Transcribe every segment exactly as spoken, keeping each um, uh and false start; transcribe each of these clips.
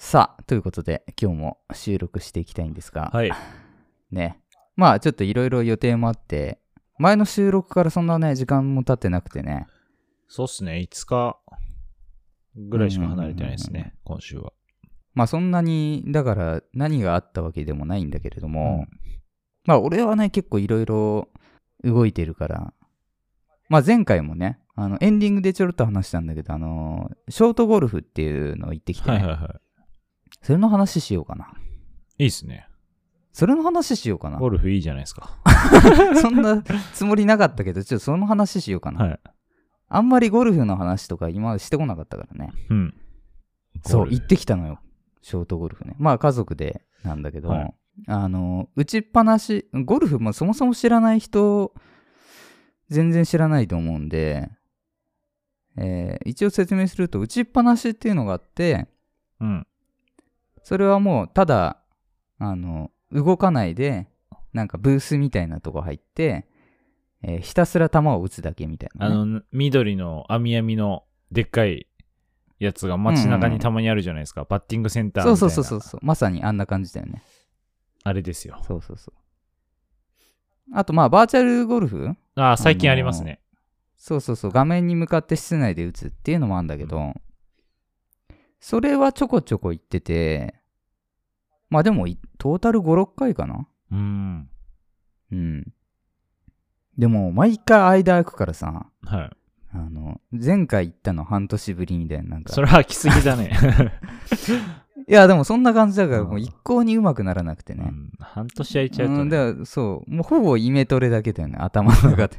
さあということで今日も収録していきたいんですが、 はいね、まあちょっといろいろ予定もあって前の収録からそんなね時間も経ってなくてね。 そうっすね、いつかぐらいしか離れてないですね、今週は。 まあそんなにだから何があったわけでもないんだけれども、 うん、 まあ俺はね結構いろいろ動いてるから、まあ前回もねあのエンディングでちょろっと話したんだけど、あのショートゴルフっていうのを行ってきてね、 はいはいはい。 それの話しようかな。 いいっすね。 それの話しようかな。 ゴルフいいじゃないですか。 そんなつもりなかったけど、ちょっとその話しようかな。 はい。 あんまりゴルフの話とか今までしてこなかったからね。 うん。 そう、行ってきたのよ。ショートゴルフね。まあ家族でなんだけど、はい、あの、打ちっぱなし、ゴルフもそもそも知らない人、全然知らないと思うんで、えー、一応説明すると、打ちっぱなしっていうのがあって、 うん。 それはもうただあの動かないでなんかブースみたいなとこ入って、えー、ひたすら球を打つだけみたいな、ね、 あの緑の網網のでっかいやつが街中にたまにあるじゃないですか、うんうん、バッティングセンターみたいな。 そうそうそうそう、まさにあんな感じだよね。 あれですよ。 そうそうそう。あとまあバーチャルゴルフ、 ああ最近ありますね。 そうそうそう、画面に向かって室内で打つっていうのもあるんだけど、うん、それはちょこちょこ行ってて、まあでもトータルご、ろっかいかな。 うーん。 うん。でも毎回間空くからさ、 はい。 あの前回行ったの半年ぶりみたいな、なんかそれは来すぎだね。 いやでもそんな感じだからもう一向にうまくならなくてね。うん、 半年空いちゃうとね。 うん、だからそうもうほぼイメトレだけだよね、頭の中で。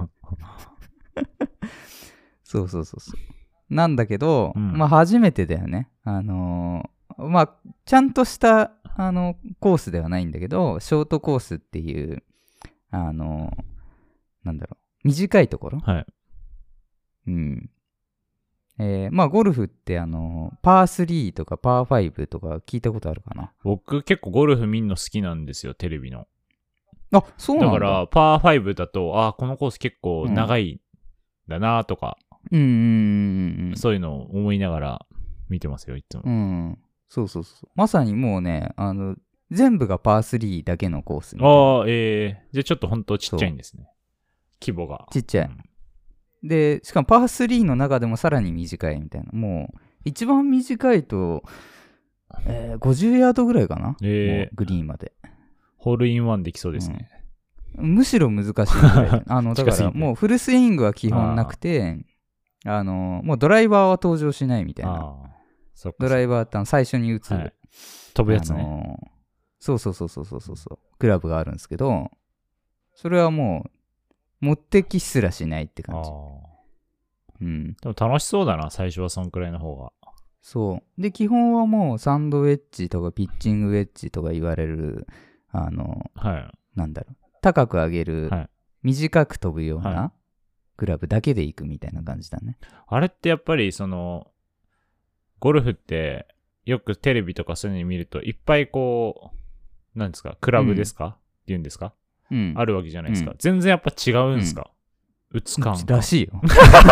そうそうそうそうなんだけど、うん、まあ初めてだよね。あのー、まあちゃんとしたあのコースではないんだけど、ショートコースっていうあのー、なんだろう、短いところ、 はい、 うん、えー、まあゴルフってあのー、パースリーとかパーファイブとか聞いたことあるかな。 僕結構ゴルフ見んの好きなんですよ、テレビの。 あ、そうなんだ。 だからパーファイブだと、あこのコース結構長いんだなとか、 うん、うんうんうん、 そういうのを思いながら見てますよ、いつも。 うん、そうそうそう、まさにもうね、あの全部がパースリーだけのコースみたいな。 ああ、ええー、じゃあちょっとほんとちっちゃいんですね、規模が。 ちっちゃい、うん、でしかもパースリーの中でもさらに短いみたいな。もう一番短いと、えー、ごじゅうヤードぐらいかな、えー、グリーンまでホールインワンできそうですね、 うん、むしろ難しいぐらいあのだからもうフルスイングは基本なくて、ああのもうドライバーは登場しないみたいな。 あそっか、 ドライバーって最初に打つ、はい、 飛ぶやつね、 あのー、そうそうそうそうそうそうクラブがあるんですけど、それはもう持ってきすらしないって感じ。うん、 でも楽しそうだな、最初はそんくらいの方が。 そうで基本はもうサンドウェッジとかピッチングウェッジとか言われる、あの、 はい、 なんだろう、高く上げる、はい、短く飛ぶような、 はい、 クラブだけでいくみたいな感じだね。 あれってやっぱりそのゴルフってよくテレビとかそういうのに見るといっぱいこうなんですか、クラブですか、うん、っていうんですか、うん、あるわけじゃないですか、うん、全然やっぱ違うんですか、うん、打つ感らしいよ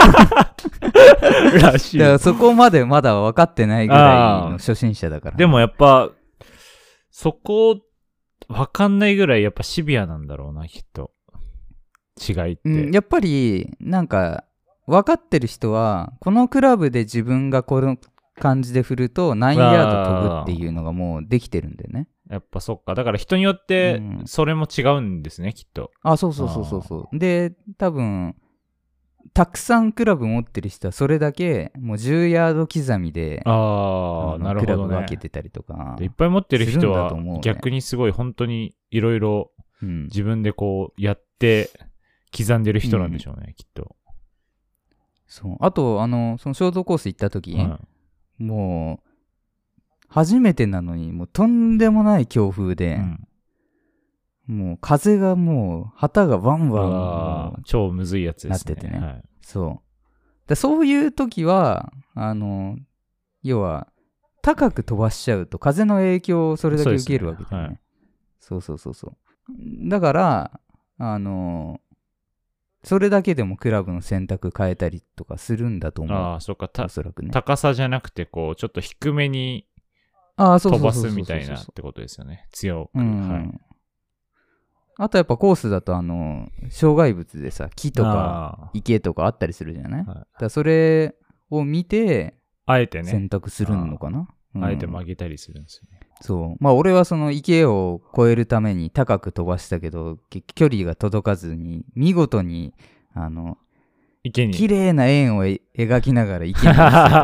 らしいよ。 だからそこまでまだ分かってないぐらいの初心者だから、ね、 でもやっぱそこ分かんないぐらいやっぱシビアなんだろうな、きっと違いって、 うん、やっぱりなんか分かってる人はこのクラブで自分がこの感じで振ると何ヤード飛ぶっていうのがもうできてるんだよね。 やっぱそっか、だから人によってそれも違うんですね、うん、きっと。 あ、そうそうそうそうそうで多分たくさんクラブ持ってる人はそれだけもうじゅうヤード刻みで、 ああ、なるほどね、 クラブ分けてたりとかいっぱい持ってる人は逆にすごい本当にいろいろ自分でこうやって刻んでる人なんでしょうね、うん、きっと。 そう、あとあのそのショートコース行った時、はい、もう初めてなのにもうとんでもない強風で、うん、もう風がもう旗がワンワン超むずいやつですね、 なっててね、 はい、 そうでそういう時はあの要は高く飛ばしちゃうと風の影響をそれだけ受けるわけだよね。そうそうそうそうだからあのそれだけでもクラブの選択変えたりとかするんだと思う。 ああ、そうか、 おそらくね。 高さじゃなくてこうちょっと低めにあ、そうそう飛ばそうそうそうそうすみたいなってことですよね。強く。 うん、 はい。 あとやっぱコースだとあの障害物でさ木とか池とかあったりするじゃない、はい、だからそれを見てあえてね選択するのかな、 あ, うん、あえて曲げたりするんですよね。 そうまあ俺はその池を越えるために高く飛ばしたけど距離が届かずに見事にあの池に綺麗な円を描きながら池にウォ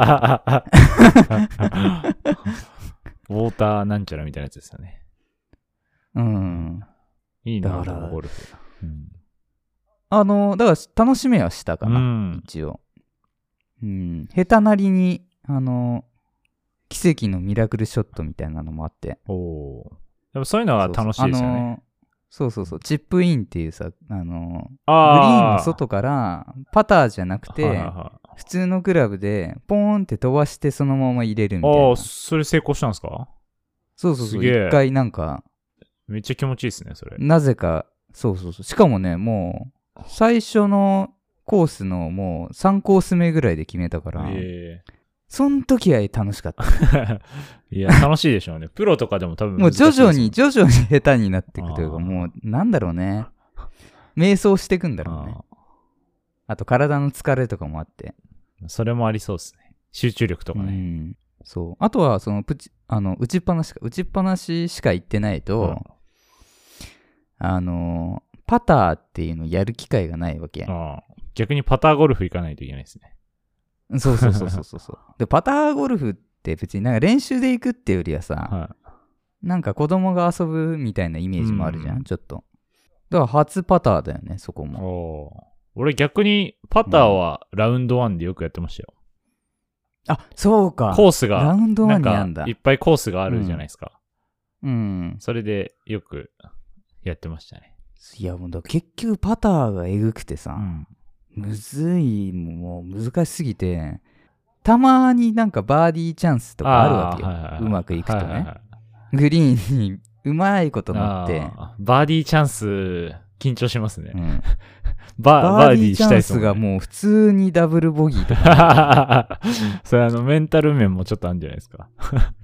ーターなんちゃらみたいなやつですよね。 うんいいなだからゴルフ、うん、 あのだから楽しめはしたかな、うん、一応、うん、下手なりにあの奇跡のミラクルショットみたいなのもあって、 おでもそういうのは楽しいですよね。 そうそうそう、チップインっていうさ、あのー、グリーンの外からパターじゃなくて、はいはいはい、普通のクラブでポーンって飛ばしてそのまま入れるみたいな。 ああ、それ成功したんですか？ そうそうそう、一回なんか、 めっちゃ気持ちいいですね、それ。 なぜか、そうそうそう、しかもね、もう、最初のコースのもうさんコース目ぐらいで決めたから、えーその時は楽しかった。 いや、楽しいでしょうね。プロとかでも多分もう徐々に徐々に下手になっていくというか、もうなんだろうね。瞑想していくんだろうね。あ, あと体の疲れとかもあって。 それもありそうですね。集中力とかね。うん、 そう。あとはそのプチあの打ちっぱなしか打ちっぱなししか行ってないと、うん、あのパターっていうのをやる機会がないわけ。 あ逆にパターゴルフ行かないといけないですね。 そうそうそうそうそうでパターゴルフって別になんか練習で行くっていうよりはさ、はい、なんか子供が遊ぶみたいなイメージもあるじゃん、うん、ちょっとだから初パターだよねそこも。 俺逆にパターはラウンドワンでよくやってましたよ、 うん、あそうかコースがラウンドワンにあんだなんかいっぱいコースがあるじゃないですか、 うん、うん、 それでよくやってましたね。 いやもうだ結局パターがえぐくてさ、うんむずいもう難しすぎてたまになんかバーディーチャンスとかあるわけよ、はいはいはい、うまくいくとね、はいはいはい、グリーンにうまいこと乗ってバーディーチャンス緊張しますね、うん、 バ, バーディーチャンスがもう普通にダブルボギーとかそれあのメンタル面もちょっとあるんじゃないですか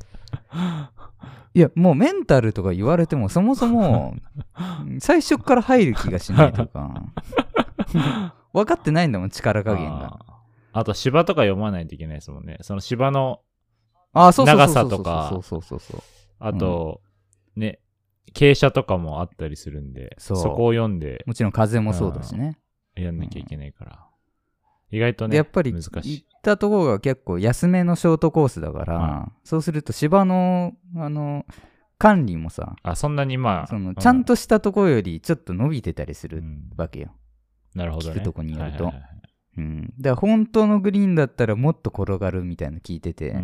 いやもうメンタルとか言われてもそもそも最初から入る気がしないとか分かってないんだもん力加減が。 あ, あと芝とか読まないといけないですもんね。その芝の長さとかあと、うん、ね傾斜とかもあったりするんで そ, そこを読んでもちろん風もそうだしねやんなきゃいけないから、うん、意外とねやっぱり難しい。 行ったところが結構安めのショートコースだから、うん、そうすると芝のあの管理もさあそんなにまあそのちゃんとしたところよりちょっと伸びてたりするわけよ、 うん、なるほどね。 聞くとこによると、はいはいはいうん、だから本当のグリーンだったらもっと転がるみたいなの聞いてて、うん、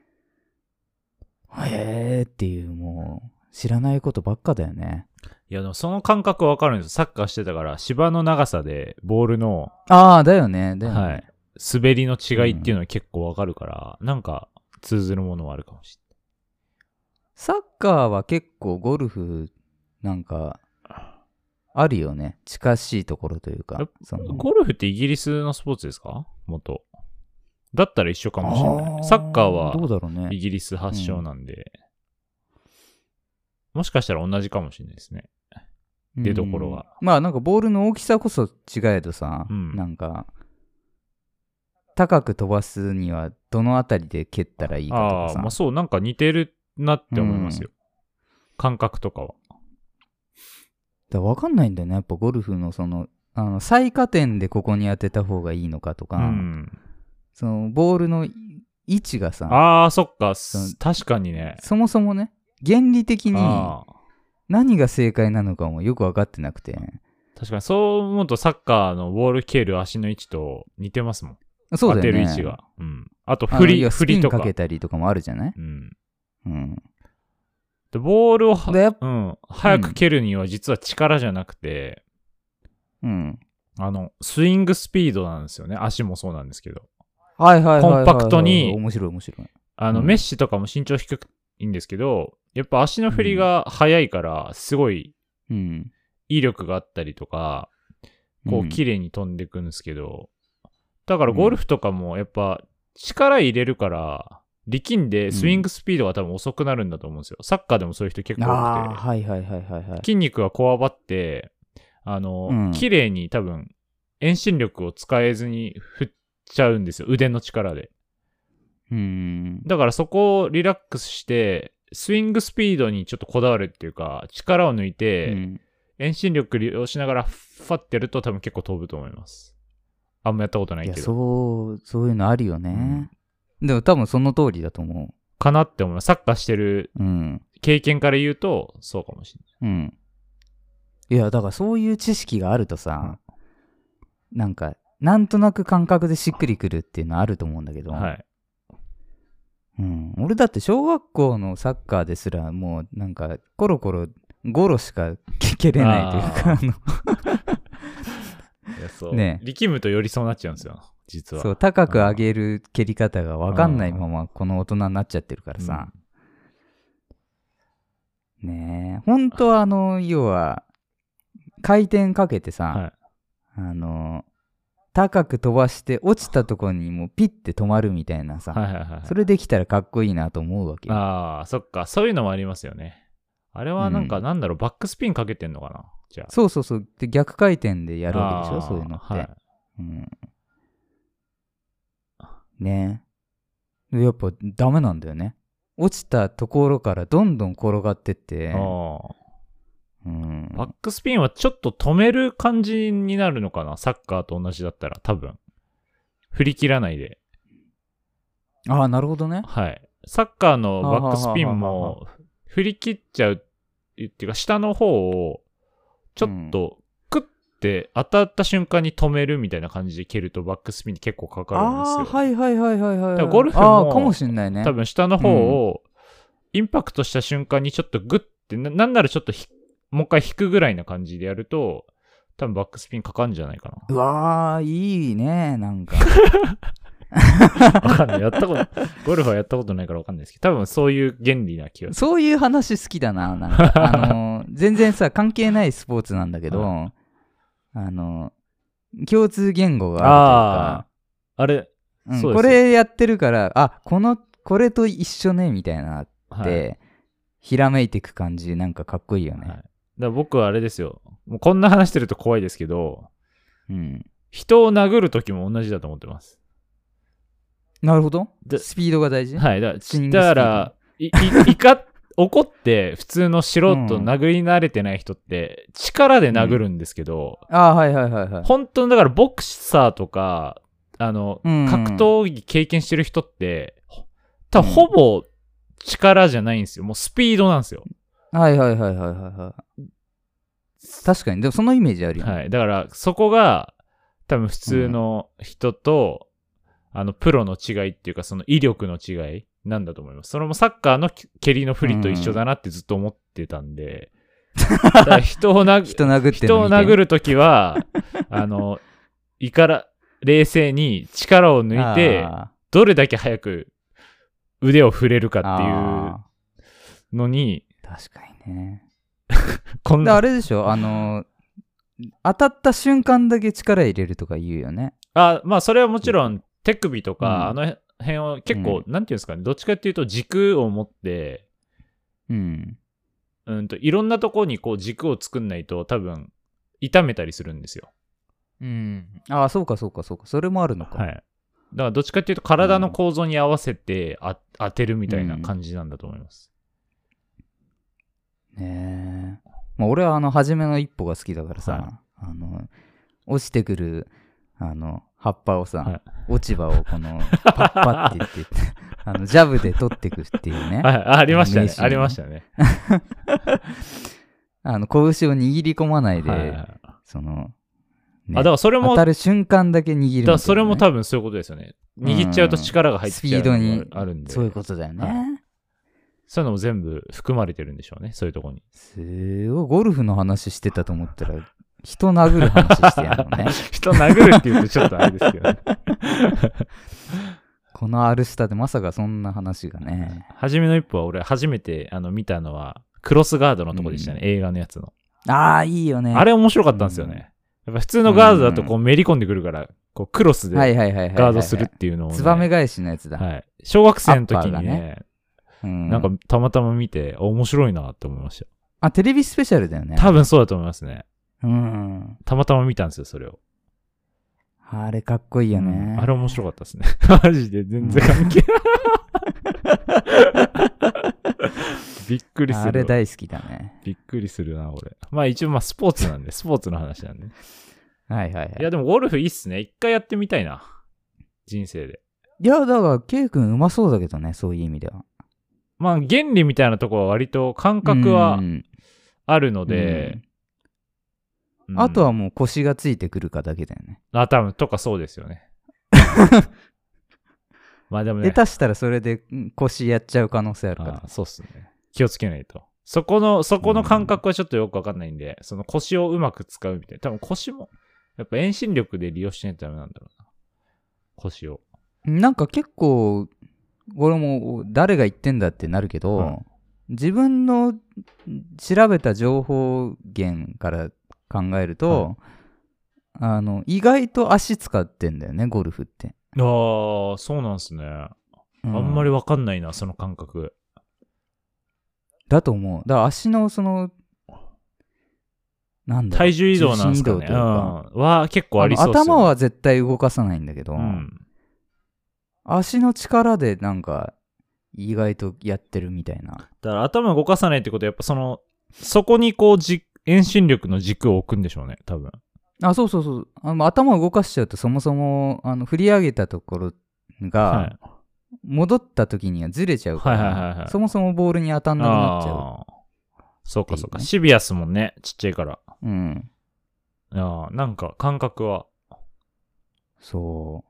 へーっていうもう知らないことばっかだよね。 いやでもその感覚わかるんですよ。サッカーしてたから芝の長さでボールのああだよねだよね、はい、 滑りの違いっていうのは結構わかるから、うん、なんか通ずるものはあるかもしれない。 サッカーは結構ゴルフなんかあるよね。近しいところというか。 そのゴルフってイギリスのスポーツですか？元。だったら一緒かもしれない。サッカーはイギリス発祥なんで、ねうん、もしかしたら同じかもしれないですね。出どころは。 まあなんかボールの大きさこそ違えどさ、うん、なんか高く飛ばすにはどのあたりで蹴ったらいいかとかさ。 ああ、まあそう、なんか似てるなって思いますよ。うん、感覚とかは。 だ分かんないんだよねやっぱゴルフのそのあの最下点でここに当てた方がいいのかとか、うん、そのボールの位置がさあーそっか確かにねそもそもね原理的に何が正解なのかもよく分かってなくて確かにそう思うとサッカーのボール蹴る足の位置と似てますもん。 そうだよね、 当てる位置が、うん、あと振り振りとかスピンかけたりとかもあるじゃない、 うんうん、 でボールをは、うん、早く蹴るには実は力じゃなくて、うん、あのスイングスピードなんですよね。足もそうなんですけど、 はいはいはいはいはい、 コンパクトに面白い面白い。 あの、うん、メッシとかも身長低いんですけど、やっぱ足の振りが速いからすごい威力があったりとか、うん、こう綺麗に飛んでいくんですけど、だからゴルフとかもやっぱ力入れるから力んでスイングスピードが多分遅くなるんだと思うんですよ。うん、サッカーでもそういう人結構多くて。 ああ、はいはいはいはいはい。 筋肉がこわばって、あの、うん、綺麗に多分、遠心力を使えずに振っちゃうんですよ。腕の力で。 うん。 だからそこをリラックスして、スイングスピードにちょっとこだわるっていうか、力を抜いて、うん、遠心力利用しながらファッてやると多分結構飛ぶと思います。あんまやったことないけど。いや、 そう、そういうのあるよね。うん、でも多分その通りだと思う。 かなって思います。サッカーしてる経験から言うと、そうかもしれない。 うん。いや、だからそういう知識があるとさ、うん、なんか、なんとなく感覚でしっくりくるっていうのはあると思うんだけど、 はい。 うん、俺だって小学校のサッカーですらもうなんかコロコロゴロしか蹴れないというか、あのいやそう、ね、力むとよりそうなっちゃうんですよ実は。 そう、高く上げる蹴り方が分かんないままこの大人になっちゃってるからさ、うん、ねえ、本当はあの要は回転かけてさ、はい、あの高く飛ばして落ちたところにもうピッて止まるみたいなさ、はいはいはい、それできたらかっこいいなと思うわけよ。 ああ、そっか、そういうのもありますよね。あれはなんか、なんだろう、うん、バックスピンかけてんのかな、じゃあ。 そうそうそう、で逆回転でやるわけでしょ、そういうのって、はい、うん、ねえ、やっぱダメなんだよね。落ちたところからどんどん転がってって、 あうん、バックスピンはちょっと止める感じになるのかな、サッカーと同じだったら。多分振り切らないで。 ああ、なるほどね。 はい。サッカーのバックスピンも振り切っちゃうっていうか、下の方をちょっとクッて当たった瞬間に止めるみたいな感じで蹴るとバックスピンに結構かかるんですよ。 ああ、はいはいはいはいはい。 だからゴルフもかもしんないね。 多分下の方をインパクトした瞬間にちょっとグッて、な, なんならちょっとひもう一回引くぐらいな感じでやると、多分バックスピンかかるんじゃないかな。 うわー、いいね、なんか。 わかんない。やったこと、ゴルフはやったことないからわかんないですけど、多分そういう原理な気がする。 そういう話好きだな、なんか。あのー、全然さ、関係ないスポーツなんだけど、はい、あのー、共通言語があるというか、 あれ、 うん、これやってるから、あ、この、これと一緒ね、みたいなって、はい、ひらめいていく感じ、なんかかっこいいよね。はい、 だから僕はあれですよ。もうこんな話してると怖いですけど、 うん、 人を殴るときも同じだと思ってます。 なるほど。スピードが大事。 はい。だから、だからいいいか怒って普通の素人、殴り慣れてない人って力で殴るんですけど、 うん、ああ、はいはいはいはい。 本当にだからボクサーとか、あの、うん、格闘技経験してる人って、多分ほぼ力じゃないんですよ。もうスピードなんですよ。 はいはいはいはいはい。確かに、でもそのイメージあるよね。 はい。だからそこが多分普通の人と、うん、あのプロの違いっていうかその威力の違いなんだと思います。それもサッカーの蹴りの振りと一緒だなってずっと思ってたんで、だから人を殴人殴って人を殴るときはあのいから冷静に力を抜いてどれだけ早く腕を振れるかっていうのに、 確かにね。 こんなあれでしょ、あの当たった瞬間だけ力入れるとか言うよね。 あ、まあそれはもちろん手首とか、うん、あの辺を結構、うん、なんていうんですかね、どっちかっていうと軸を持って、 うん、 うんといろんなところにこう軸を作んないと多分痛めたりするんですよ。 うん。ああ、そうかそうかそうか、それもあるのか。 はい。だからどっちかっていうと体の構造に合わせてあ、うん、当てるみたいな感じなんだと思います。 うん、ねえ。まあ、俺はあの初めの一歩が好きだからさ、はい、あの落ちてくるあの葉っぱをさ、はい、落ち葉をこのパッパって言ってあのジャブで取っていくっていうね。 あ, ありましたね。ありましたね。 あの拳を握り込まないで、はいはい、その、ね、 あだからそれも当たる瞬間だけ握るみたいな、ね。だからそれも多分そういうことですよね。握っちゃうと力が入ってきちゃうのがあるんで、うん、 そういうことだよね、はい。 そういうのも全部含まれてるんでしょうね、そういうところに。 すごい、ゴルフの話してたと思ったら人殴る話してやるのね。 人殴るって言うとちょっとあれですけどね。 このアルスタでまさかそんな話がね。 初めの一歩は俺初めてあの見たのはクロスガードのとこでしたね、うん、映画のやつの。 ああ、いいよね。 あれ面白かったんですよね。うん、やっぱ普通のガードだとこうめり込んでくるから、 こうクロスではいはいはいはいはいはいガードするっていうのを、ね、 ツバメ返しのやつだ。 はい。小学生の時にね、 ねうん、 なんかたまたま見て、面白いなって思いました。 あ、テレビスペシャルだよね。 多分そうだと思いますね。 うん。たまたま見たんですよ、それを。 あれかっこいいよね。 うん、あれ面白かったですね。マジで全然関係ない。びっくりする。 あれ大好きだね。 びっくりするな、俺。まあ一応まあスポーツなんで、スポーツの話なんで。 はいはいはい。 いやでもゴルフいいっすね。一回やってみたいな。人生で。 いや、だから、ケイ君うまそうだけどね、そういう意味では。 まあ原理みたいなところは割と感覚はあるので、 うん、あとはもう腰がついてくるかだけだよね。 あ、多分とかそうですよね。まあでもね。 下手したらそれで腰やっちゃう可能性あるから。 あ、そうっすね。気をつけないと。そこの、そこの感覚はちょっとよくわかんないんで、うん、その腰をうまく使うみたいな。多分腰も、やっぱ遠心力で利用しないとダメなんだろうな。腰を。 なんか結構、俺も誰が言ってんだってなるけど、うん、自分の調べた情報源から考えると、うん、あの意外と足使ってんだよね、ゴルフって。 ああ、そうなんすね。うん、あんまりわかんないな、その感覚。 だと思う。だから足のその、なんだろう、 体重移動なんすかね。うん、は結構ありそうですよね。 頭は絶対動かさないんだけど、うん、足の力でなんか意外とやってるみたいな。 だから頭動かさないってことはやっぱそのそこにこうじ遠心力の軸を置くんでしょうね、多分。 あ、そうそうそう。あの頭を動かしちゃうとそもそもあの振り上げたところが戻った時にはずれちゃうから、はいはいはいはい、そもそもボールに当たんなくなっちゃう。あ、 そうかそうか、ね。シビアスもんね、ちっちゃいから。 うん。 あ、なんか感覚は。 そう。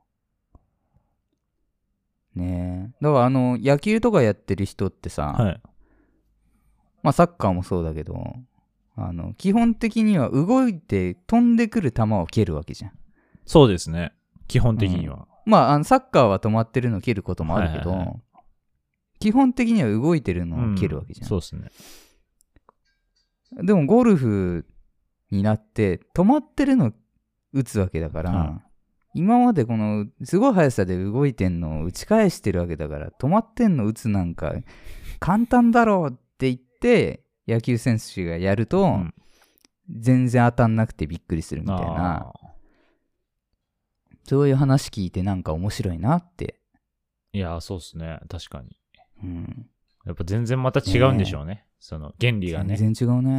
ねえ。だからあの野球とかやってる人ってさ、はい、まあサッカーもそうだけど、あの基本的には動いて飛んでくる球を蹴るわけじゃん。 そうですね、基本的には。 うん、まあ、あのサッカーは止まってるのを蹴ることもあるけど、はいはいはい、基本的には動いてるのを蹴るわけじゃん。 うん、そうですね。 でもゴルフになって止まってるのを打つわけだから、うん、今までこのすごい速さで動いてんのを打ち返してるわけだから、止まってんの打つなんか簡単だろうって言って野球選手がやると、うん、全然当たんなくてびっくりするみたいな、そういう話聞いてなんか面白いなって。 いや、そうっすね、確かに。うん、やっぱ全然また違うんでしょうね、ね、その原理がね。 全然違うね、うん、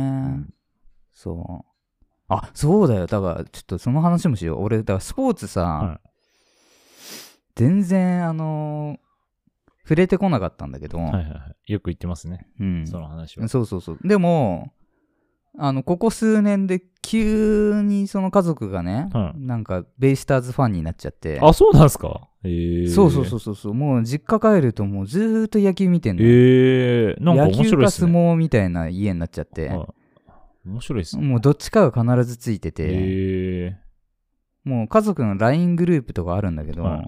そう。あ、そうだよ。だから、ちょっとその話もしよう。俺、だからスポーツさ、はい、全然、あのー、触れてこなかったんだけど。はいはいはい。よく言ってますね。うん。その話は。 そうそうそう。でも、あの、ここ数年で急にその家族がね、はい、なんか、ベイスターズファンになっちゃって。 あ、そうなんですか？へー。 そうそうそうそう。もう、実家帰るともうずーっと野球見てんの。 へー。なんか面白いっすね。 野球か相撲みたいな家になっちゃって。はい、 面白いっすね。 もうどっちかが必ずついてて、へもう家族の ライン グループとかあるんだけど、はい、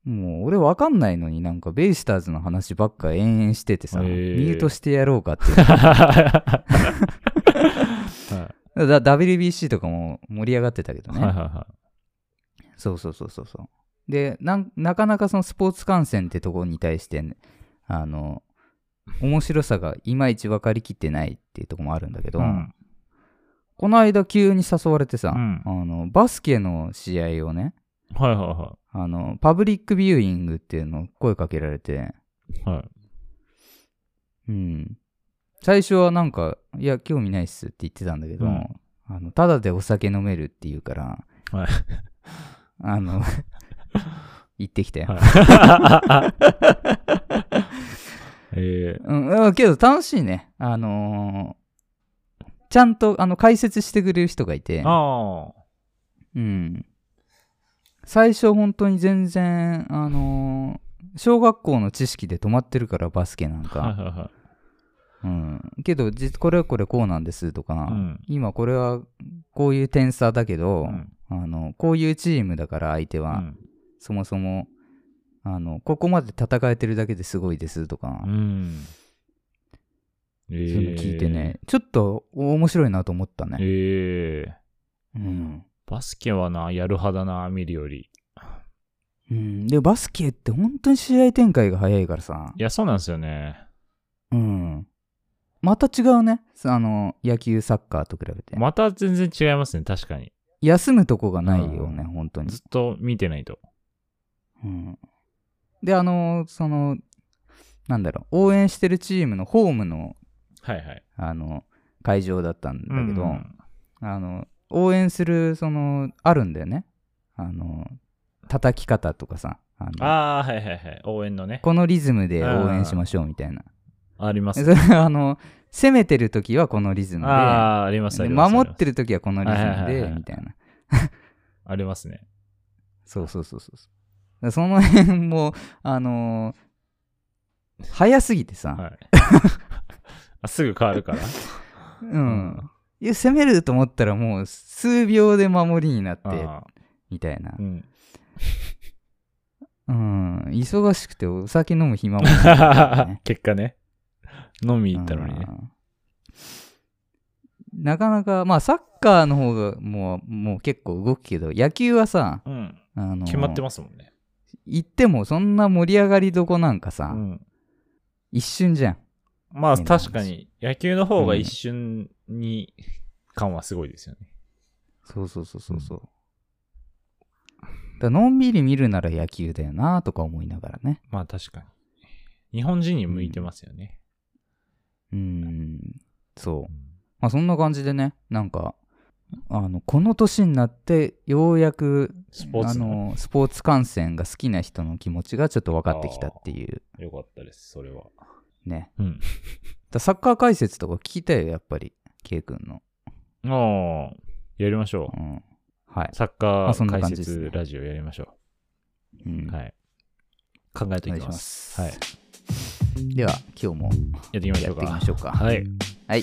もう俺わかんないのになんかベイスターズの話ばっか延々しててさ、ミュートしてやろうかっていう、はい、だ ダブリュービーシー とかも盛り上がってたけどね、はいはいはい、そうそうそうそうそう。で な, なかなかそのスポーツ観戦ってところに対して、ね、あの面白さがいまいち分かりきってないっていうところもあるんだけど、うん、この間急に誘われてさ、うん、あのバスケの試合をね、 はいはいはい、 あのパブリックビューイングっていうのを声かけられて、はい、うん、最初はなんかいや興味ないっすって言ってたんだけど、うん、あのただでお酒飲めるって言うから、はい、あの行ってきたよ。はいえーうん、けど楽しいね。あのー、ちゃんとあの解説してくれる人がいて、あうん、最初本当に全然、あのー、小学校の知識で止まってるからバスケなんか、はいはいはいうん、けどこれはこれこうなんですとか、うん、今これはこういう点差だけど、うん、あのこういうチームだから相手は、うん、そもそもあのここまで戦えてるだけですごいですとか、うんえー、そういうの聞いてねちょっと面白いなと思ったね。えーうん、 バスケはな、やる派だな、見るより。 うん。で、バスケって本当に試合展開が早いからさ。 いや、そうなんですよね。 うん。また違うね。あの、野球、サッカーと比べて。 また全然違いますね、確かに。 休むとこがないよね、うん、本当に。 ずっと見てないと。 うん。で、あの、その、なんだろう、応援してるチームのホームの、 はいはい。 あの、会場だったんだけど、 うん、 あの、応援する、その、あるんだよね。あの、叩き方とかさ。 ああ、はいはいはい。応援のね。 このリズムで応援しましょうみたいな。 あります、 ね。それあの、攻めてるときはこのリズムで。 ああ、ありますあります。 守ってるときはこのリズムで、みたいな。 ありますね。 そうそうそうそう。その辺も、あのー、早すぎてさ。はい、 あすぐ変わるから。 うん。うん、いや、攻めると思ったらもう数秒で守りになって、みたいな。うん。うん、忙しくてお酒飲む暇もない、 ね。結果ね。飲み行ったのにね。 なかなか、まあサッカーの方がもう、もう結構動くけど、野球はさ、 うん、あのー、決まってますもんね。 行ってもそんな盛り上がりどこなんかさ、うん、一瞬じゃん。 まあ確かに、野球の方が一瞬に感はすごいですよね。 うん、そうそうそうそうそう。だのんびり見るなら野球だよなとか思いながらね。 まあ確かに。日本人に向いてますよね。 うん、うんそう。まあそんな感じでね、なんか、あの、この年になってようやく、 スポーツあの、スポーツ観戦が好きな人の気持ちがちょっと分かってきたっていう。 よかったです、それは。 ね。 うん。 だサッカー解説とか聞きたいよ、やっぱり、K 君の。 ああ、やりましょう。うんはい。 サッカー解説ラジオやりましょう。うん、 はい。考えていきます。はい。 では、今日もやっていきましょうか。 やっていきましょうか。 はい。 はい。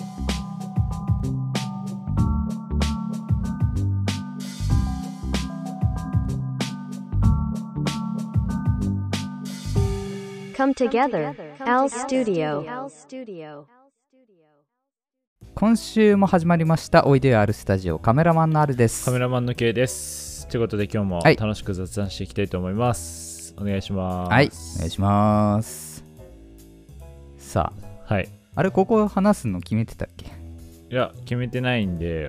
Come together, Al Studio。 今週も始まりましたおいでよ R スタジオ、カメラマンの R です。 カメラマンの K です。ということで今日も楽しく雑談していきたいと思います、はい、お願いします。 はい、お願いします。さあ、 はい、 あれここ話すの決めてたっけ？ いや決めてないんで、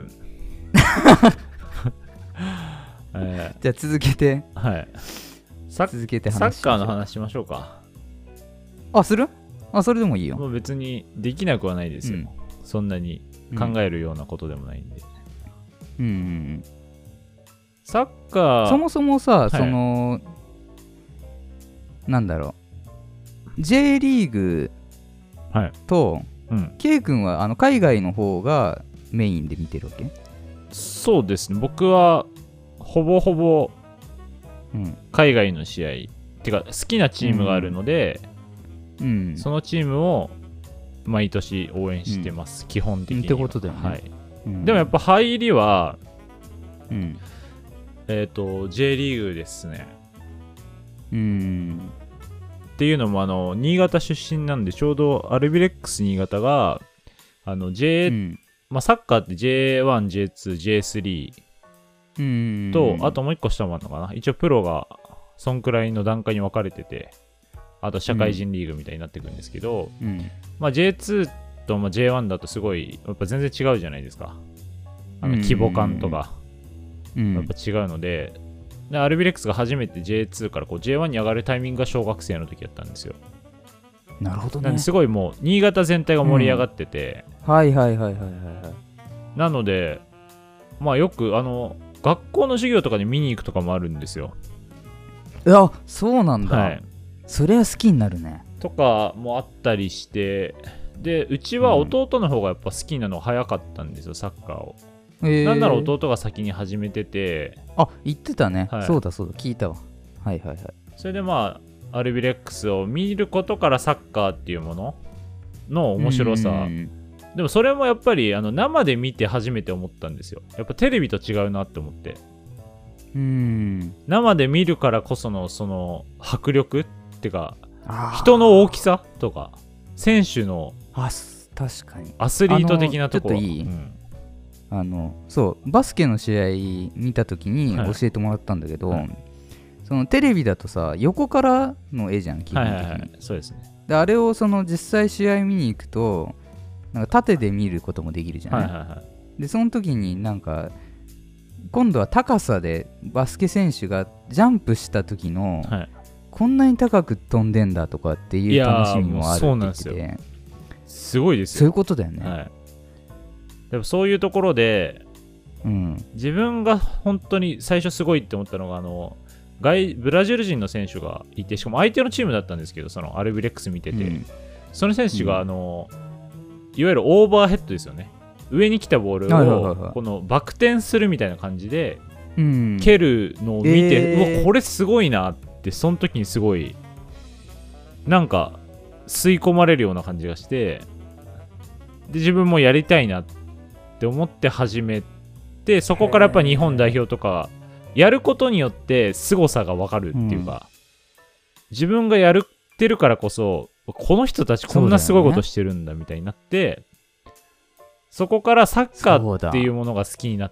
えー、じゃあ続けて、 はい、 続けて話サッカーの話しましょうか。 あ、する？あ、それでもいいよ。 もう別にできなくはないですよ、うん、そんなに考えるようなことでもないんで。 うん、うん、 サッカーそもそもさ、はい、そのなんだろう J リーグと、はいうん、K 君はあの海外の方がメインで見てるわけ？ そうですね、僕はほぼほぼ海外の試合、うん、てか好きなチームがあるので、うんうん、そのチームを毎年応援してます、うん、基本的には。 ってことだよね。 はいうん、でもやっぱ入りは、うん、えっ、ー、と J リーグですね。 うん。 っていうのもあの新潟出身なんで、ちょうどアルビレックス新潟があの J、うんまあ、サッカーって ジェイワン、ジェイツー、ジェイスリー と、あともう一個下もあるのかな。一応プロがそんくらいの段階に分かれてて、あと社会人リーグみたいになってくるんですけど、うんまあ、ジェイツー と、まあ、ジェイワン だとすごいやっぱ全然違うじゃないですか。あの規模感とか、うん、やっぱ違うので、でアルビレックスが初めて ジェイツー からこう ジェイワン に上がるタイミングが小学生の時だったんですよ。 なるほどね。 なんですごいもう新潟全体が盛り上がってて、 うん、はいはいはいはいはい。 なのでまあよくあの学校の授業とかに見に行くとかもあるんですよ。 いやそうなんだ。 はい。 それは好きになるね。 とかもあったりして、でうちは弟の方がやっぱ好きなの早かったんですよ、サッカーを。えー、なんなら弟が先に始めてて。 あ、言ってたね、はい、そうだそうだ聞いたわ。はいはいはい。 それでまあアルビレックスを見ることからサッカーっていうものの面白さ。でもそれもやっぱりあの生で見て初めて思ったんですよ。やっぱテレビと違うなって思って。 うーん生で見るからこそのその迫力ってか人の大きさとか選手のあ確かにアスリート的なところ。 ちょっといい、 うん、 あのそうバスケの試合見た時にはい教えてもらったんだけど、 はい、 そのテレビだとさ横からの絵じゃん基本的に、はいはいはい、 そうですね。 であれをその実際試合見に行くとなんか縦で見ることもできるじゃない、はいはいはい、でその時になんか今度は高さでバスケ選手がジャンプした時の、はい、こんなに高く飛んでんだとかっていう楽しみもあるって言ってて、 すごいですよ。 そういうことだよね、 はい、でもそういうところで、うん、自分が本当に最初すごいって思ったのがあの外ブラジル人の選手がいて、しかも相手のチームだったんですけど、そのアルビレックス見てて、うん、その選手があの、うん、いわゆるオーバーヘッドですよね。上に来たボールをこのバク転するみたいな感じで蹴るのを見て、うん、うわこれすごいなってその時にすごいなんか吸い込まれるような感じがして、で自分もやりたいなって思って始めて、そこからやっぱ日本代表とかやることによって凄さが分かるっていうか、うん、自分がやってるからこそこの人たちこんなすごいことしてるんだみたいになって、そこからサッカーっていうものが好きになって、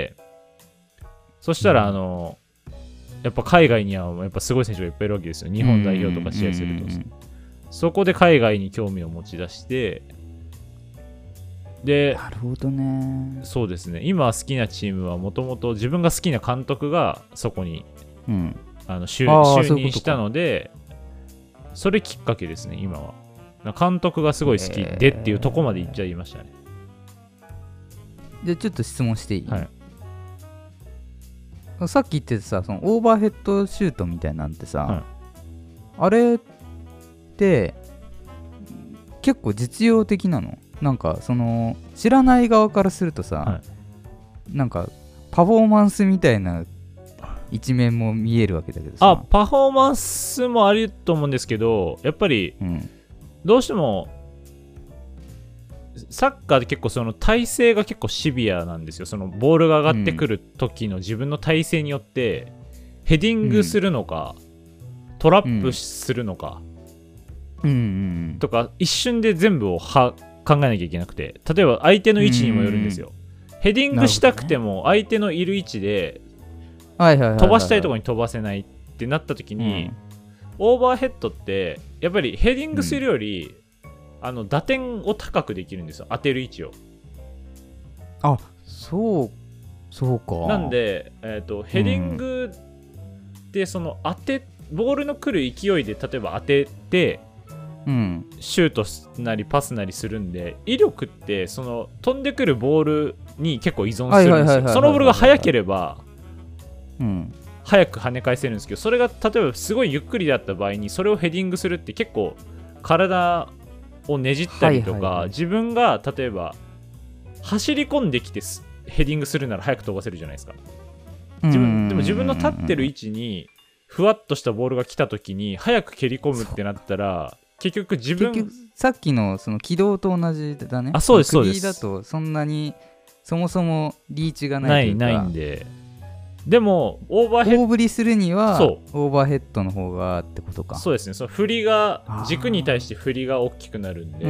そ, そしたらあの、うん、やっぱ海外にはやっぱすごい選手がいっぱいいるわけですよ。日本代表とか試合すると、うんうんうん、そこで海外に興味を持ち出して、でなるほどね。 そうですね、今好きなチームはもともと自分が好きな監督がそこに、うん、あの 就, 就任したので、 そ, それきっかけですね。今は監督がすごい好きでっていうとこまで行っちゃいましたね。 でちょっと質問していい？ はい、 さっき言ってたさ、そのオーバーヘッドシュートみたいなんてさ、はい、あれって結構実用的なの？なんかその知らない側からするとさ、はい、なんかパフォーマンスみたいな一面も見えるわけだけどさ。 あ、パフォーマンスもあると思うんですけど、やっぱりどうしてもサッカーで結構その体勢が結構シビアなんですよ。そのボールが上がってくる時の自分の体勢によってヘディングするのか、うん、トラップするのか、うん、とか一瞬で全部をは考えなきゃいけなくて、例えば相手の位置にもよるんですよ。ヘディングしたくても相手のいる位置で飛ばしたいところに飛ばせないってなった時に、オーバーヘッドってやっぱりヘディングするより、うんあの打点を高くできるんですよ。当てる位置を。 あ、そうそうか。 なんで、えーと、ヘディングでその当てボールの来る勢いで例えば当てて、うん、シュートなりパスなりするんで、威力ってその飛んでくるボールに結構依存するんですよ。そのボールが速ければ、うん、速く跳ね返せるんですけど、それが例えばすごいゆっくりだった場合にそれをヘディングするって結構体をねじったりとか、はいはいはい、自分が例えば走り込んできてヘディングするなら早く飛ばせるじゃないですか。自分でも自分の立ってる位置にふわっとしたボールが来た時に早く蹴り込むってなったら、結局自分結局さっきのその軌道と同じだね。 あ、そうですそうです。 首だとそんなにそもそもリーチがないというか、 ないないんで、でもオーバーヘッド大振りするにはオーバーヘッドの方がってことか。 そうですね。その振りが軸に対して振りが大きくなるんで、うん、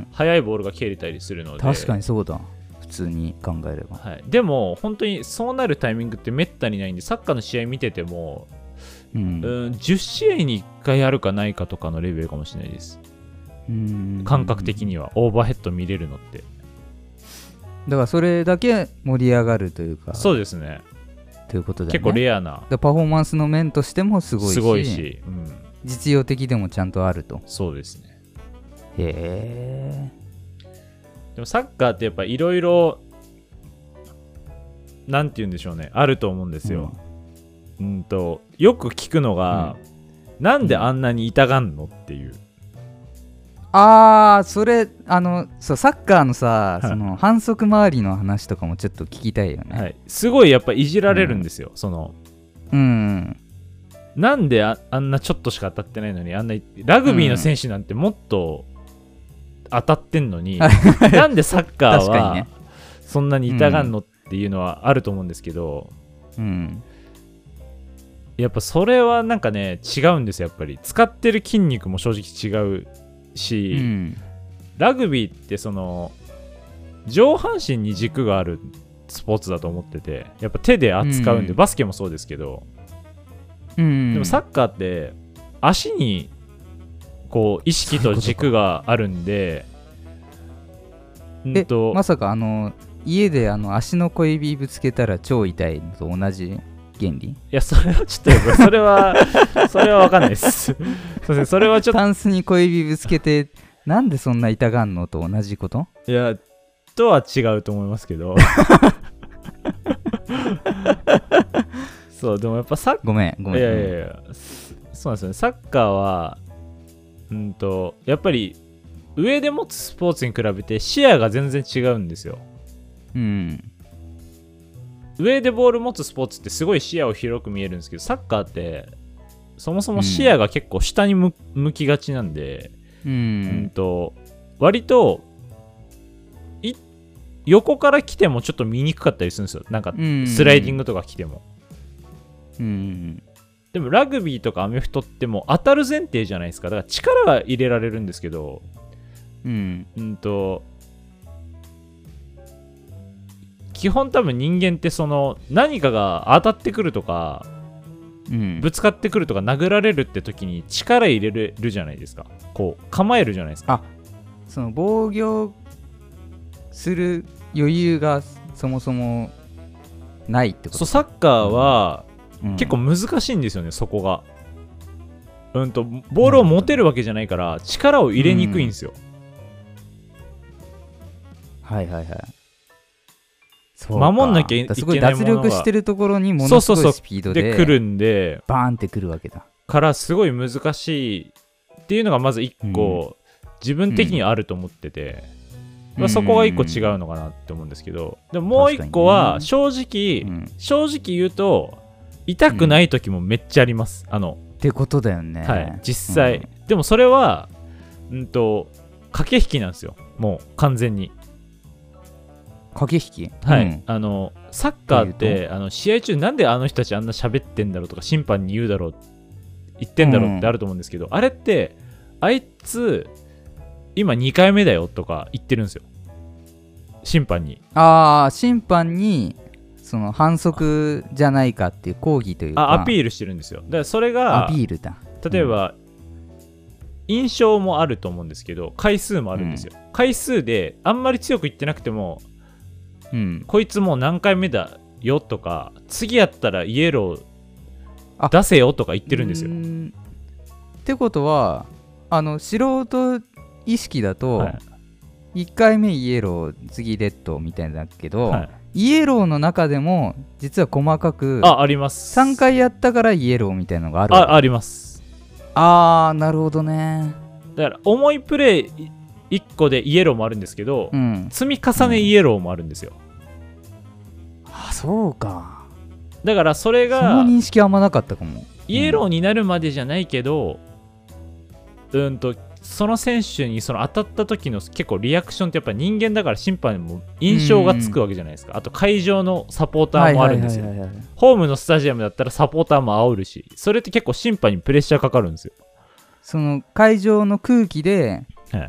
速いボールが蹴れたりするので。 確かにそうだ。普通に考えれば、 はい、でも本当にそうなるタイミングってめったにないんで、サッカーの試合見てても、うん、うんじゅっ試合にいっかいあるかないかとかのレベルかもしれないです。うん感覚的にはオーバーヘッド見れるのって。 だからそれだけ盛り上がるというか。 そうですね。 ということだよね。 結構レアな。 パフォーマンスの面としてもすごいし、 すごいし、うん、 実用的でもちゃんとあると。 そうですね。 へー。 でもサッカーってやっぱいろいろなんて言うんでしょうね、あると思うんですよ。うん、うんとよく聞くのが、うん、なんであんなに痛がんのっていう。 あー、それあのそうサッカーのさ、はい、その反則周りの話とかもちょっと聞きたいよね。 はい、すごいやっぱいじられるんですよ、うん、そのうんなんで あ, あんなちょっとしか当たってないのに、あんなラグビーの選手なんてもっと当たってんのに、うん、なんでサッカーはそんなに痛がんのっていうのはあると思うんですけど、うん、やっぱそれはなんかね違うんですよ。やっぱり使ってる筋肉も正直違うし、うん、ラグビーってその上半身に軸があるスポーツだと思ってて、やっぱ手で扱うんで、うん、バスケもそうですけど、うん、でもサッカーって足にこう意識と軸があるんで、 えまさかあの家であの足の小指ぶつけたら超痛いのと同じ原理？いや、それはちょっとそれはそれは分かんないですそ, それはちょっとタンスに小指ぶつけてなんでそんな痛がんのと同じこと？ いやとは違うと思いますけどそうでもやっぱサッごめんごめんいやいやいやそうなんですよね。サッカーはうんとやっぱり上で持つスポーツに比べて視野が全然違うんですよ。 うん。 上でボール持つスポーツってすごい視野を広く見えるんですけど、サッカーってそもそも視野が結構下に向きがちなんで、 うん、 うんと割とい横から来てもちょっと見にくかったりするんですよ。なんかスライディングとか来ても。 うん。 でもラグビーとかアメフトってもう当たる前提じゃないですか。だから力は入れられるんですけど、 うん、 うんと基本多分人間ってその何かが当たってくるとか、 うん、 ぶつかってくるとか殴られるって時に力入れれるじゃないですか。こう構えるじゃないですか。 あ、その防御する余裕がそもそもないってこと？ そう、サッカーは、 うん、 結構難しいんですよね、そこが。うんとボールを持てるわけじゃないから力を入れにくいんですよ。 うん、はいはいはい。 守んなきゃいけないものがすごい脱力してるところにものすごいスピードで来るんで、 バーンってくるわけだからすごい難しいっていうのがまず一個、うん、自分的にはあると思ってて、うんまあ、そこが一個違うのかなって思うんですけど、でももう一個は正直、うん、正直言うと痛くない時もめっちゃあります、うん、あのってことだよね。 はい、実際、うん、でもそれはうんと駆け引きなんですよ、もう完全に。 駆け引き、 はい、 うん、 あのサッカーってあの試合中なんであの人たちあんな喋ってんだろうとか審判に言うだろう言ってんだろうってあると思うんですけど、うん、あれってあいつ今にかいめだよとか言ってるんですよ、審判に。 ああ、審判にその反則じゃないかっていう抗議というか、 あアピールしてるんですよ。だからそれがアピールだ。 例えば、うん、印象もあると思うんですけど回数もあるんですよ、うん、回数であんまり強く言ってなくても、 うん、 こいつもう何回目だよとか次やったらイエロー出せよとか言ってるんですよ。 ってことはあの素人意識だと、はい、いっかいめイエロー次レッドみたいだけど、はい、イエローの中でも実は細かくああります。 さんかいやったからイエローみたいなのがある。 ああります。 あーなるほどね。 だから重いプレーいっこでイエローもあるんですけど、うん、積み重ねイエローもあるんですよ、 うん、あそうか。 だからそれがその認識あんまなかったかも。 イエローになるまでじゃないけど、うん、うんとその選手にその当たった時の結構リアクションってやっぱ人間だから審判にも印象がつくわけじゃないですか。あと会場のサポーターもあるんですよ。ホームのスタジアムだったらサポーターも煽るし、それって結構審判にプレッシャーかかるんですよ。 その会場の空気で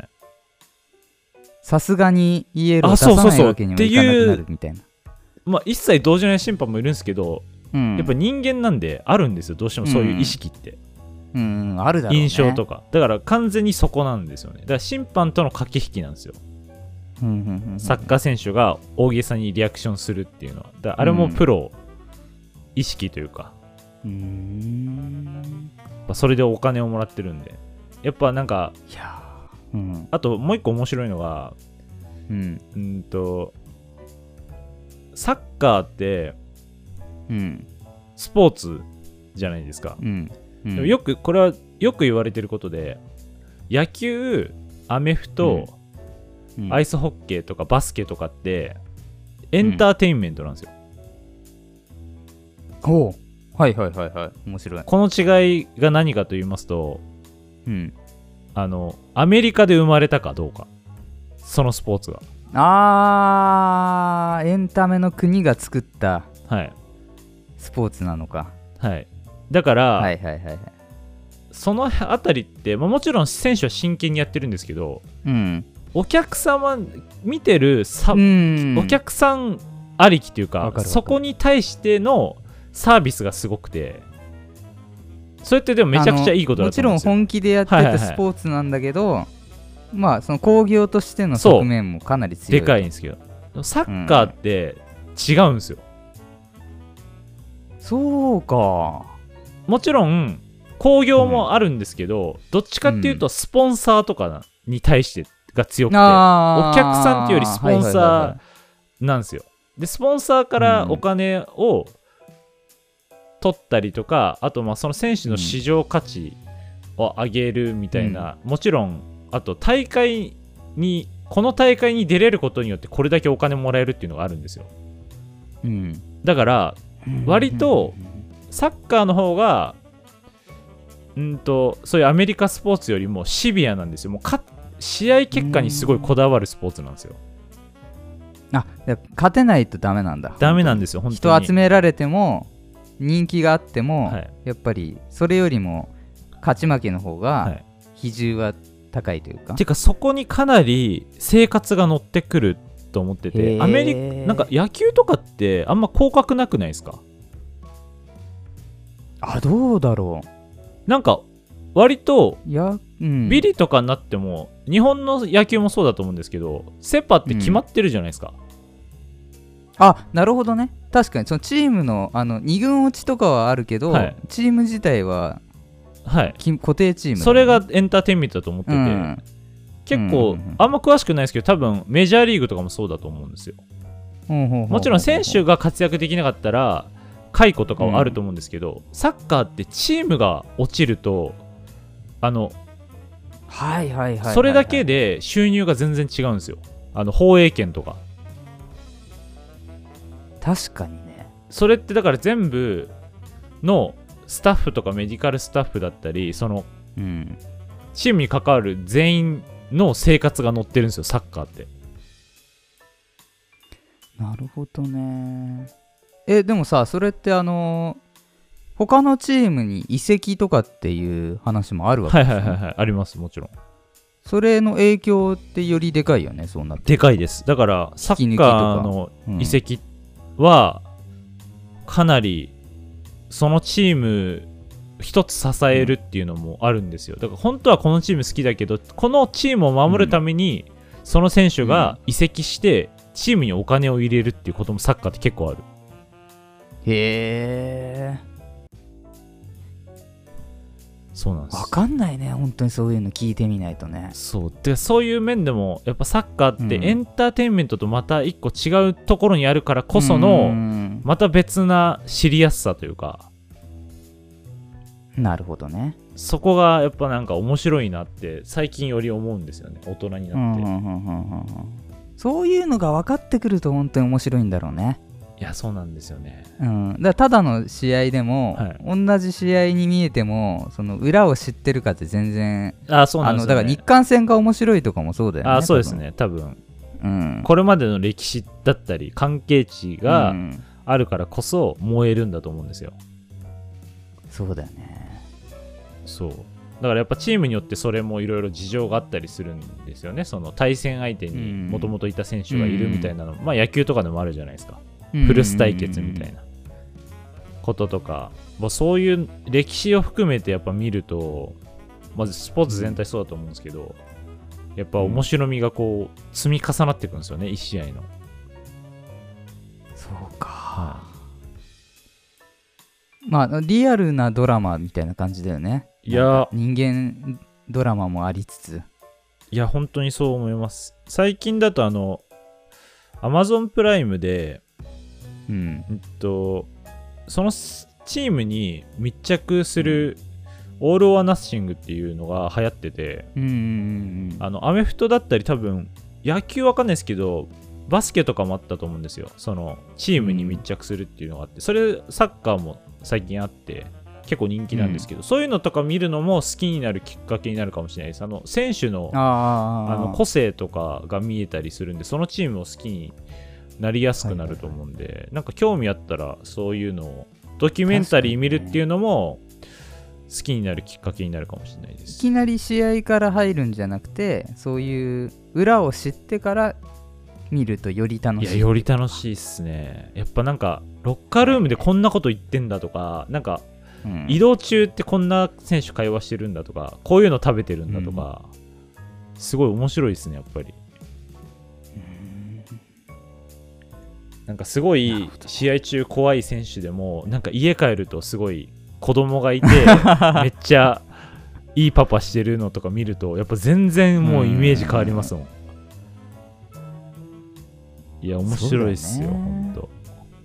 さすがにイエロー出さないわけにはいかなくなるみたいな。 まあ一切動じない審判もいるんですけど、うん、やっぱ人間なんであるんですよ、どうしてもそういう意識って、 うんうん、あるだろうね、 印象とか。だから完全にそこなんですよね。だから審判との駆け引きなんですよ、 うんうんうんうん、 サッカー選手が大げさにリアクションするっていうのは。だからあれもプロ意識というか、 うーん、 やっぱそれでお金をもらってるんで、やっぱなんか、 いや、うん、 あともう一個面白いのが、 うん、 うんとサッカーって、 うん、 スポーツじゃないですか、 うんうん、 でもよくこれはよく言われてることで、野球、アメフト、うん、アイスホッケーとかバスケとかってエンターテインメントなんですよ、 うん、ほう、はいはいはいはい、面白い。 この違いが何かと言いますと、 うん、 あのアメリカで生まれたかどうか、そのスポーツが。 あー、エンタメの国が作ったスポーツなのか。 はい。だから、 はいはいはいはい、 そのあたりって、まあ、もちろん選手は真剣にやってるんですけど、 うん、 お客様見てるさ、 うんお客さんありきというか、 わかるわかるそこに対してのサービスがすごくて、それってでもめちゃくちゃいいことだと思うんですよ。 もちろん本気でやってはいはいはいたスポーツなんだけど、まあその工業としての側面もかなり強い。 でかいんですけど、サッカーって違うんですよ。 そうか。 もちろん興行もあるんですけど、うん、どっちかっていうとスポンサーとかに対してが強くて、うん、お客さんっていうよりスポンサーなんですよ。でスポンサーからお金を取ったりとか、あとまあその選手の市場価値を上げるみたいな、うん、もちろんあと大会にこの大会に出れることによってこれだけお金もらえるっていうのがあるんですよ、うん、だから割とサッカーの方がうんとそういうアメリカスポーツよりもシビアなんですよ。もうか試合結果にすごいこだわるスポーツなんですよ。 あ、勝てないとダメなんだ。 ダメなんですよ本当に。 人集められても人気があっても、はい、やっぱりそれよりも勝ち負けの方が比重は高いというか、はい、 てかそこにかなり生活が乗ってくると思ってて、アメリカなんか野球とかってあんま広角なくないですか？ あ、どうだろう。 なんか割とや、うん、 ビリとかになっても日本の野球もそうだと思うんですけど、セパって決まってるじゃないですか、 うん、あ、なるほどね。確かにそのチームのあのに軍落ちとかはあるけど、はい、チーム自体は、はい、固定チーム、ね、 それがエンターテインメントだと思ってて、うん、結構、うんうんうん、あんま詳しくないですけど多分メジャーリーグとかもそうだと思うんですよ、うんうんうん、もちろん選手が活躍できなかったら解雇とかはあると思うんですけど、うん、サッカーってチームが落ちるとあの、 はいはいはいはいはい、 それだけで収入が全然違うんですよ。あの放映権とか。 確かにね。 それってだから全部のスタッフとかメディカルスタッフだったり、その、うん、チームに関わる全員の生活が載ってるんですよ、サッカーって。 なるほどね。え、でもさ、それってあのー他のチームに移籍とかっていう話もあるわけですよね。 はいはいはいはい、あります、もちろん。 それの影響ってよりでかいよね、そうなって。 でかいです。だからサッカーの移籍はかなりそのチーム一つ支えるっていうのもあるんですよ。だから本当はこのチーム好きだけど、このチームを守るためにその選手が移籍してチームにお金を入れるっていうこともサッカーって結構ある。 へー、 そうなんです。 分かんないね、本当にそういうの聞いてみないとね。 そうで、そういう面でもやっぱサッカーってエンターテインメントとまた一個違うところにあるからこそのまた別な知りやすさというか。 なるほどね。 そこがやっぱなんか面白いなって最近より思うんですよね、大人になって。うんうんうんうん、 そういうのが分かってくると本当に面白いんだろうね。 いや、そうなんですよね、 うん、だからただの試合でも、はい、同じ試合に見えてもその裏を知ってるかって全然、 あ、そうなんですよね、 あのだから日韓戦が面白いとかもそうだよね。 あ、そうですね、多分、うん、これまでの歴史だったり関係値があるからこそ燃えるんだと思うんですよ、 うん、そうだよね。 そうだからやっぱチームによってそれもいろいろ事情があったりするんですよね。その対戦相手にもともといた選手がいるみたいなの、うん、まあ野球とかでもあるじゃないですか、フルス対決みたいなこととか、もうそういう歴史を含めてやっぱ見ると、まずスポーツ全体そうだと思うんですけど、やっぱ面白みがこう積み重なっていくんですよね、一試合の。 そうか、はい、まあリアルなドラマみたいな感じだよね。 いや、 人間ドラマもありつつ、 いや本当にそう思います。最近だとあの Amazon プライムでうん、えっとそのチームに密着するオール・オア・ナッシングっていうのが流行ってて、うんうんうん、あのアメフトだったり多分野球わかんないですけどバスケとかもあったと思うんですよ。そのチームに密着するっていうのがあって、それサッカーも最近あって結構人気なんですけど、うん、そういうのとか見るのも好きになるきっかけになるかもしれないです。あの選手の、ああの個性とかが見えたりするんで、そのチームを好きになりやすくなると思うんで、はいはいはい、なんか興味あったらそういうのをドキュメンタリー見るっていうのも好きになるきっかけになるかもしれないです。 いきなり試合から入るんじゃなくて、そういう裏を知ってから見るとより楽しい。 いや、より楽しいっすね。やっぱなんかロッカールームでこんなこと言ってんだとか、なんか移動中ってこんな選手会話してるんだとか、こういうの食べてるんだとか、うん、すごい面白いですね、やっぱり。なんかすごい試合中怖い選手でも、なんか家帰るとすごい子供がいてめっちゃいいパパしてるのとか見ると、やっぱ全然もうイメージ変わりますもん。いや面白いっすよ、ほんと。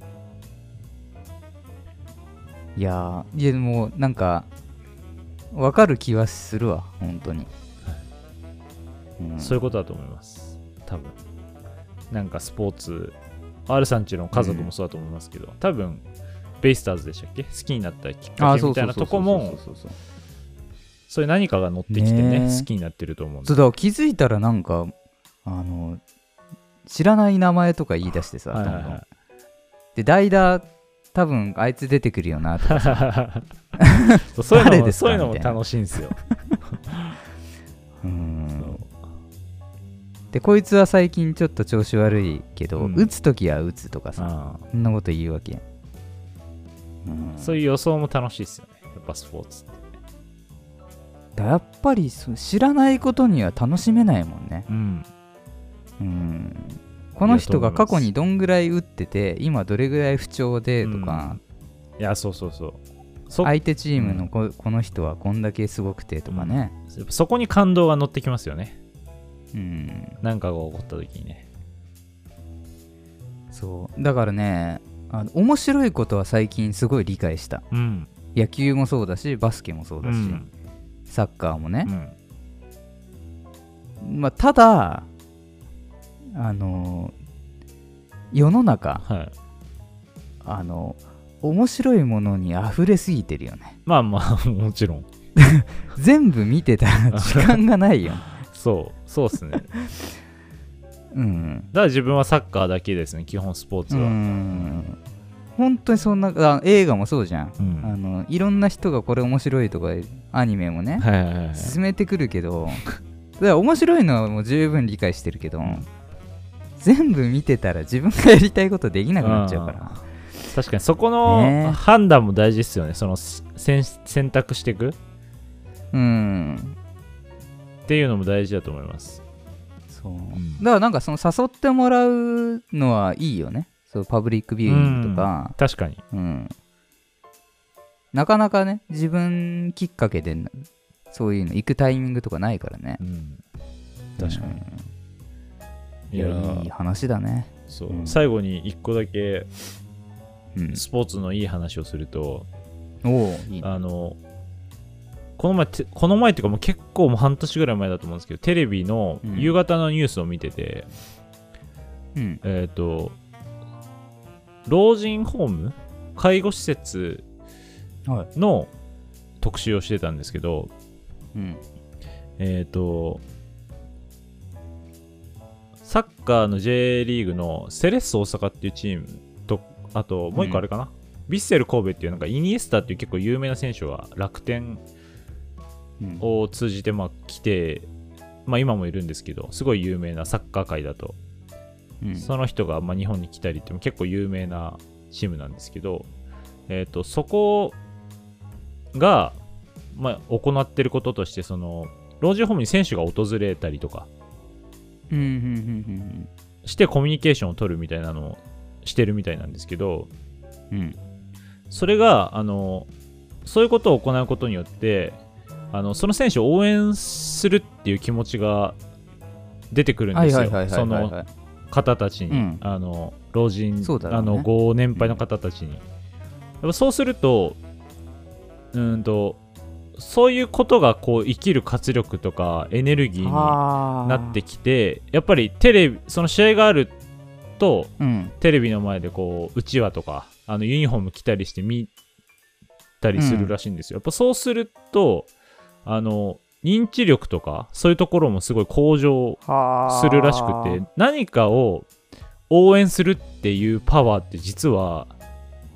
いやー、いやでもなんか分かる気はするわ、本当に、 うん、そういうことだと思います、多分。なんかスポーツ、R さんちの家族もそうだと思いますけど、うん、多分ベイスターズでしたっけ、好きになったきっかけみたいなとこも、そういう何かが乗ってきてね、ね好きになってると思うんで。 そうだ、気づいたらなんかあの知らない名前とか言い出してさ、はいはいはい、どんどんで代打多分あいつ出てくるよなとかさそういうのもそういうのも楽しいんですようーんでこいつは最近ちょっと調子悪いけど、うん、打つときは打つとかさ、そんなこと言うわけ。 うん、そういう予想も楽しいですよね、やっぱスポーツって。 だやっぱり知らないことには楽しめないもんね。うん、うんこの人が過去にどんぐらい打ってて今どれぐらい不調でとか、 うん、いやそうそうそうそ相手チームの こ,、うん、この人はこんだけすごくてとかね、 うん、そこに感動が乗ってきますよね。うん、なんかが起こった時にね。 そうだからね、あの面白いことは最近すごい理解した、うん、野球もそうだしバスケもそうだし、うん、サッカーもね、うんまあ、ただあの世の中、はい、あの面白いものに溢れすぎてるよね。 まあまあもちろん全部見てたら時間がないよそうそうっすねうん、だから自分はサッカーだけですね、基本スポーツは。うん本当にそんなあ映画もそうじゃん、うん、あのいろんな人がこれ面白いとかアニメもね、はいはいはいはい、進めてくるけどだから面白いのはもう十分理解してるけど、うん、全部見てたら自分がやりたいことできなくなっちゃうから。 確かにそこの判断も大事ですよね、その選択していくうんっていうのも大事だと思います。 そう、うん、だからなんかその誘ってもらうのはいいよね、そうパブリックビューイングとか、 うん、確かに、うん、 なかなかね自分きっかけでそういうの行くタイミングとかないからね、うん、 確かに、 うん、いやいい話だね。 そう、うん、最後に一個だけスポーツのいい話をすると、うん、おいい、ね、あのこの前この前っていうかもう結構もう半年ぐらい前だと思うんですけど、テレビの夕方のニュースを見てて、うん、えっ、ー、と老人ホーム介護施設の特集をしてたんですけど、うん、えっ、ー、とサッカーの J リーグのセレッソ大阪っていうチームと、あともう一個あれかな、うん、ヴィッセル神戸っていうなんかイニエスタっていう結構有名な選手が楽天を通じてまあ来て、まあ、今もいるんですけど、すごい有名なサッカー界だと、うん、その人がまあ日本に来たりっても結構有名なチームなんですけど、えー、とそこが、まあ、行ってることとして、その老人ホームに選手が訪れたりとかしてコミュニケーションを取るみたいなのをしてるみたいなんですけど、うん、それがあのそういうことを行うことによってあのその選手を応援するっていう気持ちが出てくるんですよ、その方たちに、うん、あの老人、ね、あのご年配の方たちに、うん、やっぱそうするとうんとそういうことがこう生きる活力とかエネルギーになってきて、やっぱりテレビその試合があると、うん、テレビの前でこううちわとかあのユニフォーム着たりして見たりするらしいんですよ、うん、やっぱそうするとあの認知力とかそういうところもすごい向上するらしくて、何かを応援するっていうパワーって実は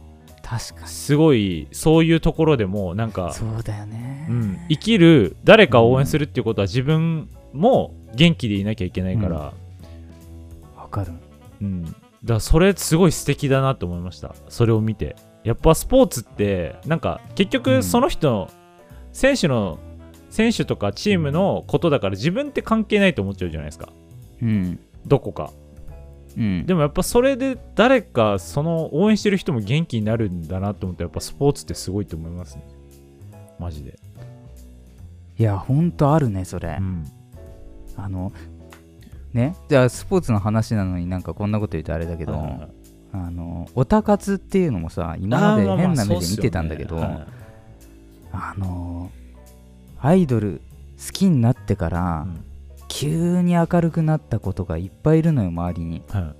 確かにすごいそういうところでもなんかそうだよね、 うん、生きる誰かを応援するっていうことは自分も元気でいなきゃいけないから、わ、 うん、かる、 うん、だからそれすごい素敵だなと思いました。それを見てやっぱスポーツってなんか結局その人の、うん、選手の選手とかチームのことだから自分って関係ないと思っちゃうじゃないですか、 うん、 どこか、うん、でもやっぱそれで誰かその応援してる人も元気になるんだなと思って、やっぱスポーツってすごいと思いますね、マジで。 いやほんとあるねそれ、うん、あのね、じゃあスポーツの話なのになんかこんなこと言うとあれだけど、はいはいはい、あのオタ活っていうのもさ今まで変な目で見てたんだけど、あ、まあまあね、はい、あのアイドル好きになってから、うん、急に明るくなったことがいっぱいいるのよ周りに、はい、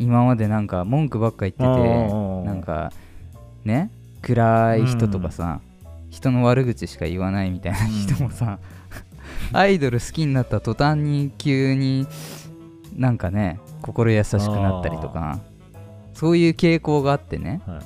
今までなんか文句ばっか言ってて、なんかね暗い人とかさ、うん、人の悪口しか言わないみたいな人もさ、うん、アイドル好きになった途端に急になんかね心優しくなったりとか、そういう傾向があってね、はい、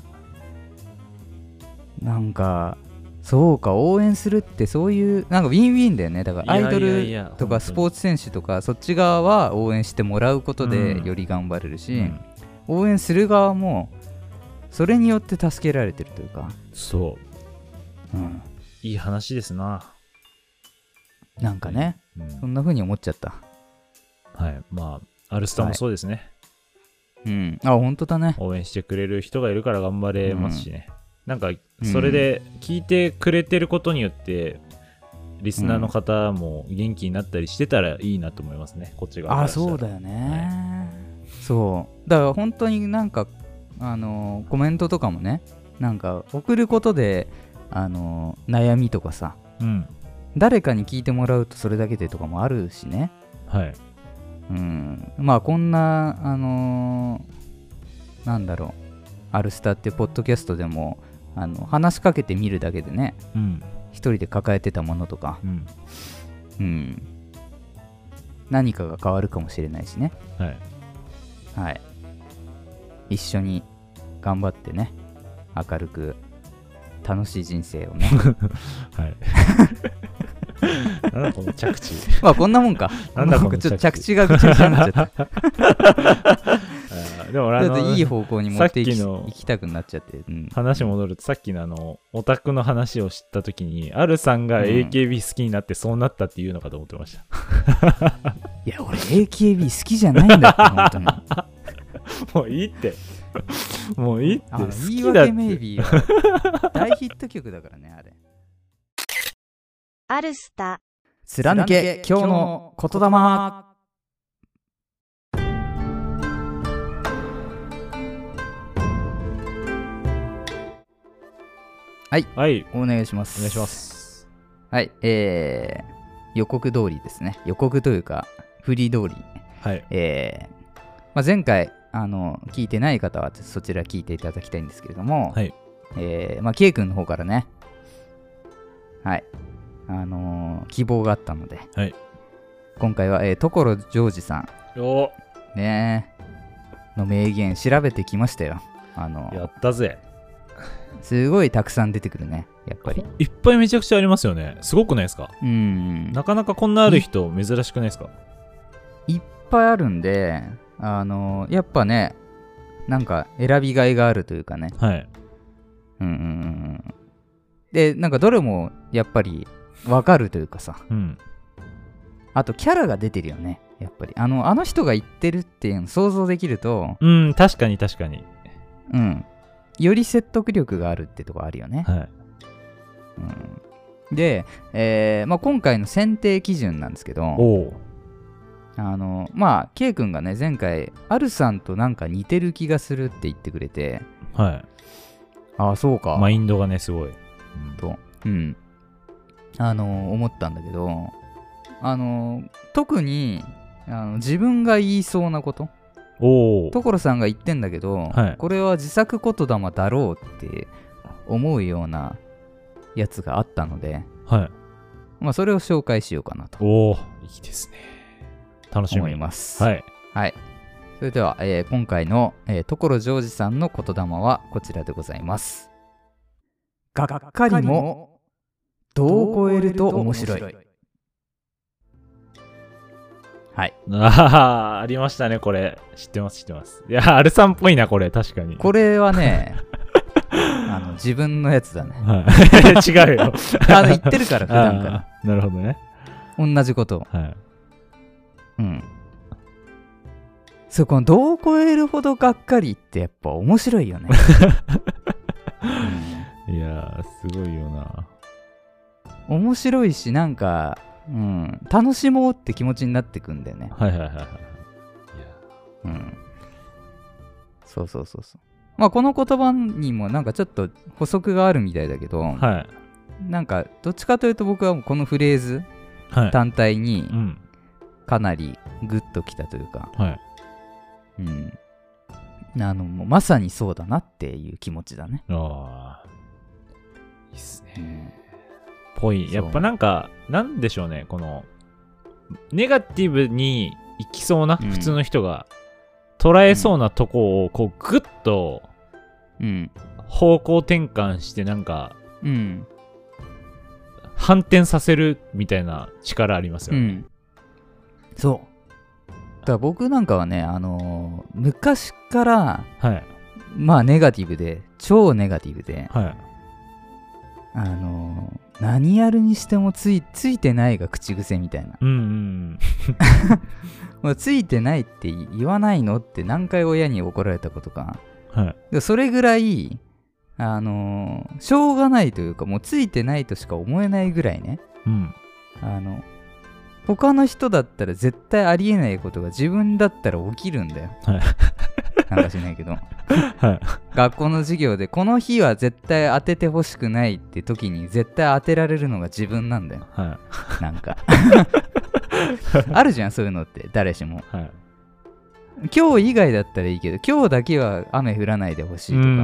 なんかそうか応援するってそういうなんかウィンウィンだよね。だからアイドルとかスポーツ選手とかそっち側は応援してもらうことでより頑張れるし、うん、応援する側もそれによって助けられてるというか、 そう、うん、いい話ですな。 なんかね、うん、そんな風に思っちゃった。 はい、まあアルスタもそうですね、 はい、うん、あ本当だね。 応援してくれる人がいるから頑張れますしね、うん、なんかそれで聞いてくれてることによってリスナーの方も元気になったりしてたらいいなと思いますね、こっち側からしたら。 あ、そうだよね、はい、そうだから本当になんかあのコメントとかもねなんか送ることであの悩みとかさ、うん、誰かに聞いてもらうとそれだけでとかもあるしね。はい、うん、まあこんなあのー、なんだろうアルスタってポッドキャストでもあの話しかけてみるだけでね、うん、一人で抱えてたものとか、うんうん、何かが変わるかもしれないしね。はい、はい、一緒に頑張ってね明るく楽しい人生をねはいなんだこの着地まあこんなもんか。なんだこの着地ちょっと着地がぐちゃぐちゃになっちゃったでも俺あのいい方向に持っていき行きたくなっちゃって、うん、話戻るとさっきのあのオタクの話を知った時にアルさんが エーケービー 好きになってそうなったっていうのかと思ってました、うん、いや俺 エーケービー 好きじゃないんだって本当にもういいってもういいって好きだって言い訳メイビーは大ヒット曲だからねあれ。アルスタ貫け今日の言霊。はい、はい、お願いします。お願いします。はい、えー、予告通りですね。予告というか振り通り、はい、えーまあ、前回あの聞いてない方はそちら聞いていただきたいんですけれども、はい、えー、まあ K 君の方からね、はい、あのー、希望があったので、はい、今回は、えー、所ジョージさんよねの名言調べてきましたよ。あのー、やったぜ。すごいたくさん出てくるねやっぱり。いっぱいめちゃくちゃありますよね。すごくないですか。うん、なかなかこんなある人珍しくないですか。いっぱいあるんであのー、やっぱねなんか選びがいがあるというかね。はい。うんうんうん。でなんかどれもやっぱりわかるというかさ、うん、あとキャラが出てるよねやっぱり。あのあの人が言ってるっていうの想像できると、うん、確かに確かに、うん、より説得力があるってとこあるよね。はい、うん、で、えーまあ、今回の選定基準なんですけど、おあのまあ K 君がね前回アルさんとなんか似てる気がするって言ってくれて、はい、ああそうかマインドがねすごい、うん、とうんあの思ったんだけど、あの特にあの自分が言いそうなことお所さんが言ってんだけど、はい、これは自作言霊だろうって思うようなやつがあったので、はい、まあ、それを紹介しようかなと。おーいいですね、楽しみ思います。はい、はい、そそれでは、えー今回の、えー、所ジョージさんの言霊はこちらでございます。がっかりも度を超えると面白い。はい。 ああ、ありましたね、これ。知ってます、知ってます。いや、アルさんっぽいな、これ、確かに。 これはね、あの自分のやつだね。 はい、違うよ。 あの言ってるから、普段から。 なるほどね。 同じことを。 はい。 うん。そう、この度を超えるほどがっかりってやっぱ面白いよね。 うん、いやー、すごいよな。 面白いし、なんか、うん、楽しもうって気持ちになってくんだよね。 はいはいはいはい。いや、 うん。そうそうそうそう。まあこの言葉にもなんかちょっと補足があるみたいだけど、 はい、 なんかどっちかというと僕はこのフレーズ、はい、単体にかなりグッときたというか、 はい、 うん、あのもうまさにそうだなっていう気持ちだね。 ああ、いいっすね。ぽい。やっぱなんかなんでしょうね、このネガティブにいきそうな普通の人が捉えそうなとこをこうグッと方向転換してなんか、うん、反転させるみたいな力ありますよね。うん、 そうだから僕なんかはね、あのー、昔から、 はい、 まあネガティブで超ネガティブで、 はい、 あのー何やるにしてもつい、ついてないが口癖みたいな。 うんうん、 もうついてないって言わないのって何回親に怒られたことか。 はい、 でそれぐらい、あのー、しょうがないというか、もうついてないとしか思えないぐらいね。 うん、 あの、他の人だったら絶対ありえないことが自分だったら起きるんだよ。 はい、 なんかしないけど。 はい、 学校の授業でこの日は絶対当ててほしくないって時に絶対当てられるのが自分なんだよ。 はい、 なんかあるじゃん、そういうのって誰しも。 はい、 今日以外だったらいいけど今日だけは雨降らないでほしいとか、うん、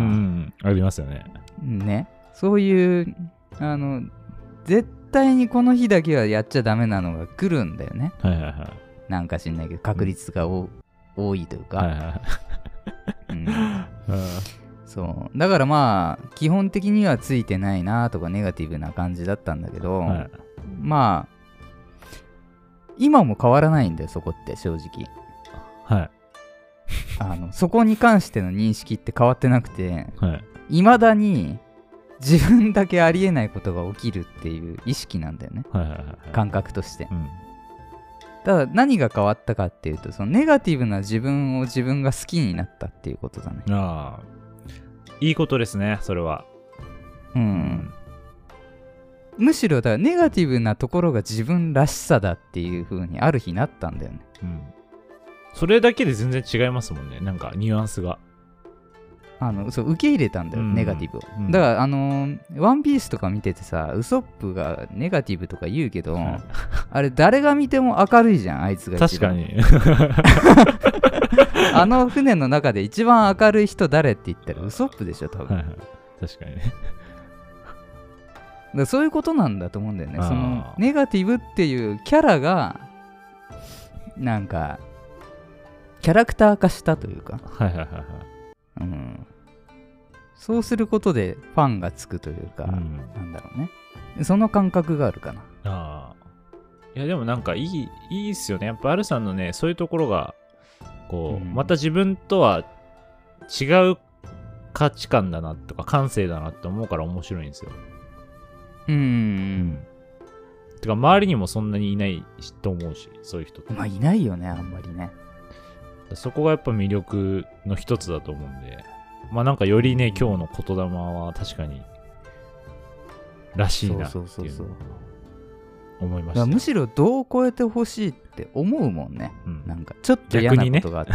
ありますよね。 ね、そういうあの絶対にこの日だけはやっちゃダメなのが来るんだよね。 はいはいはい。 なんか知んないけど確率がお、うん、多いというか。 はいはいはい。 うん、そうだからまあ基本的にはついてないなとかネガティブな感じだったんだけど、はい、まあ今も変わらないんだよそこって正直。 はい。 あのそこに関しての認識って変わってなくて、 はい、 未だに自分だけありえないことが起きるっていう意識なんだよね、 はいはいはいはい、 感覚として、 うん、 ただ何が変わったかっていうとそのネガティブな自分を自分が好きになったっていうことだね。 ああ、いいことですねそれは。 うん、うん、むしろだからネガティブなところが自分らしさだっていう風にある日なったんだよね。 うん、それだけで全然違いますもんね、なんかニュアンスが。 あのそう受け入れたんだよ、うん、ネガティブを、うん、だからあのー、ワンピースとか見ててさウソップがネガティブとか言うけど、うん、あれ誰が見ても明るいじゃんあいつが一番。 確かにあの船の中で一番明るい人誰って言ったらウソップでしょ多分、はいはい、 確かにね。 だそういうことなんだと思うんだよね。そのネガティブっていうキャラがなんかキャラクター化したというか、 はいはいはいはい、 うん、そうすることでファンがつくというか、うん、なんだろうね、その感覚があるかな。 ああ、いやでもなんかいいいいっすよね。やっぱアルさんのねそういうところがこう、うん、また自分とは違う価値観だなとか感性だなって思うから面白いんですよ。 うん、うん、 てか周りにもそんなにいないと思うし、そういう人って。 まあいないよねあんまりね。 そこがやっぱ魅力の一つだと思うんで、まあなんかよりね今日の言霊は確かにらしいなっていうのを思いました。 むしろ度を超えてほしいって思うもんね、うん、なんかちょっと嫌なことがあって、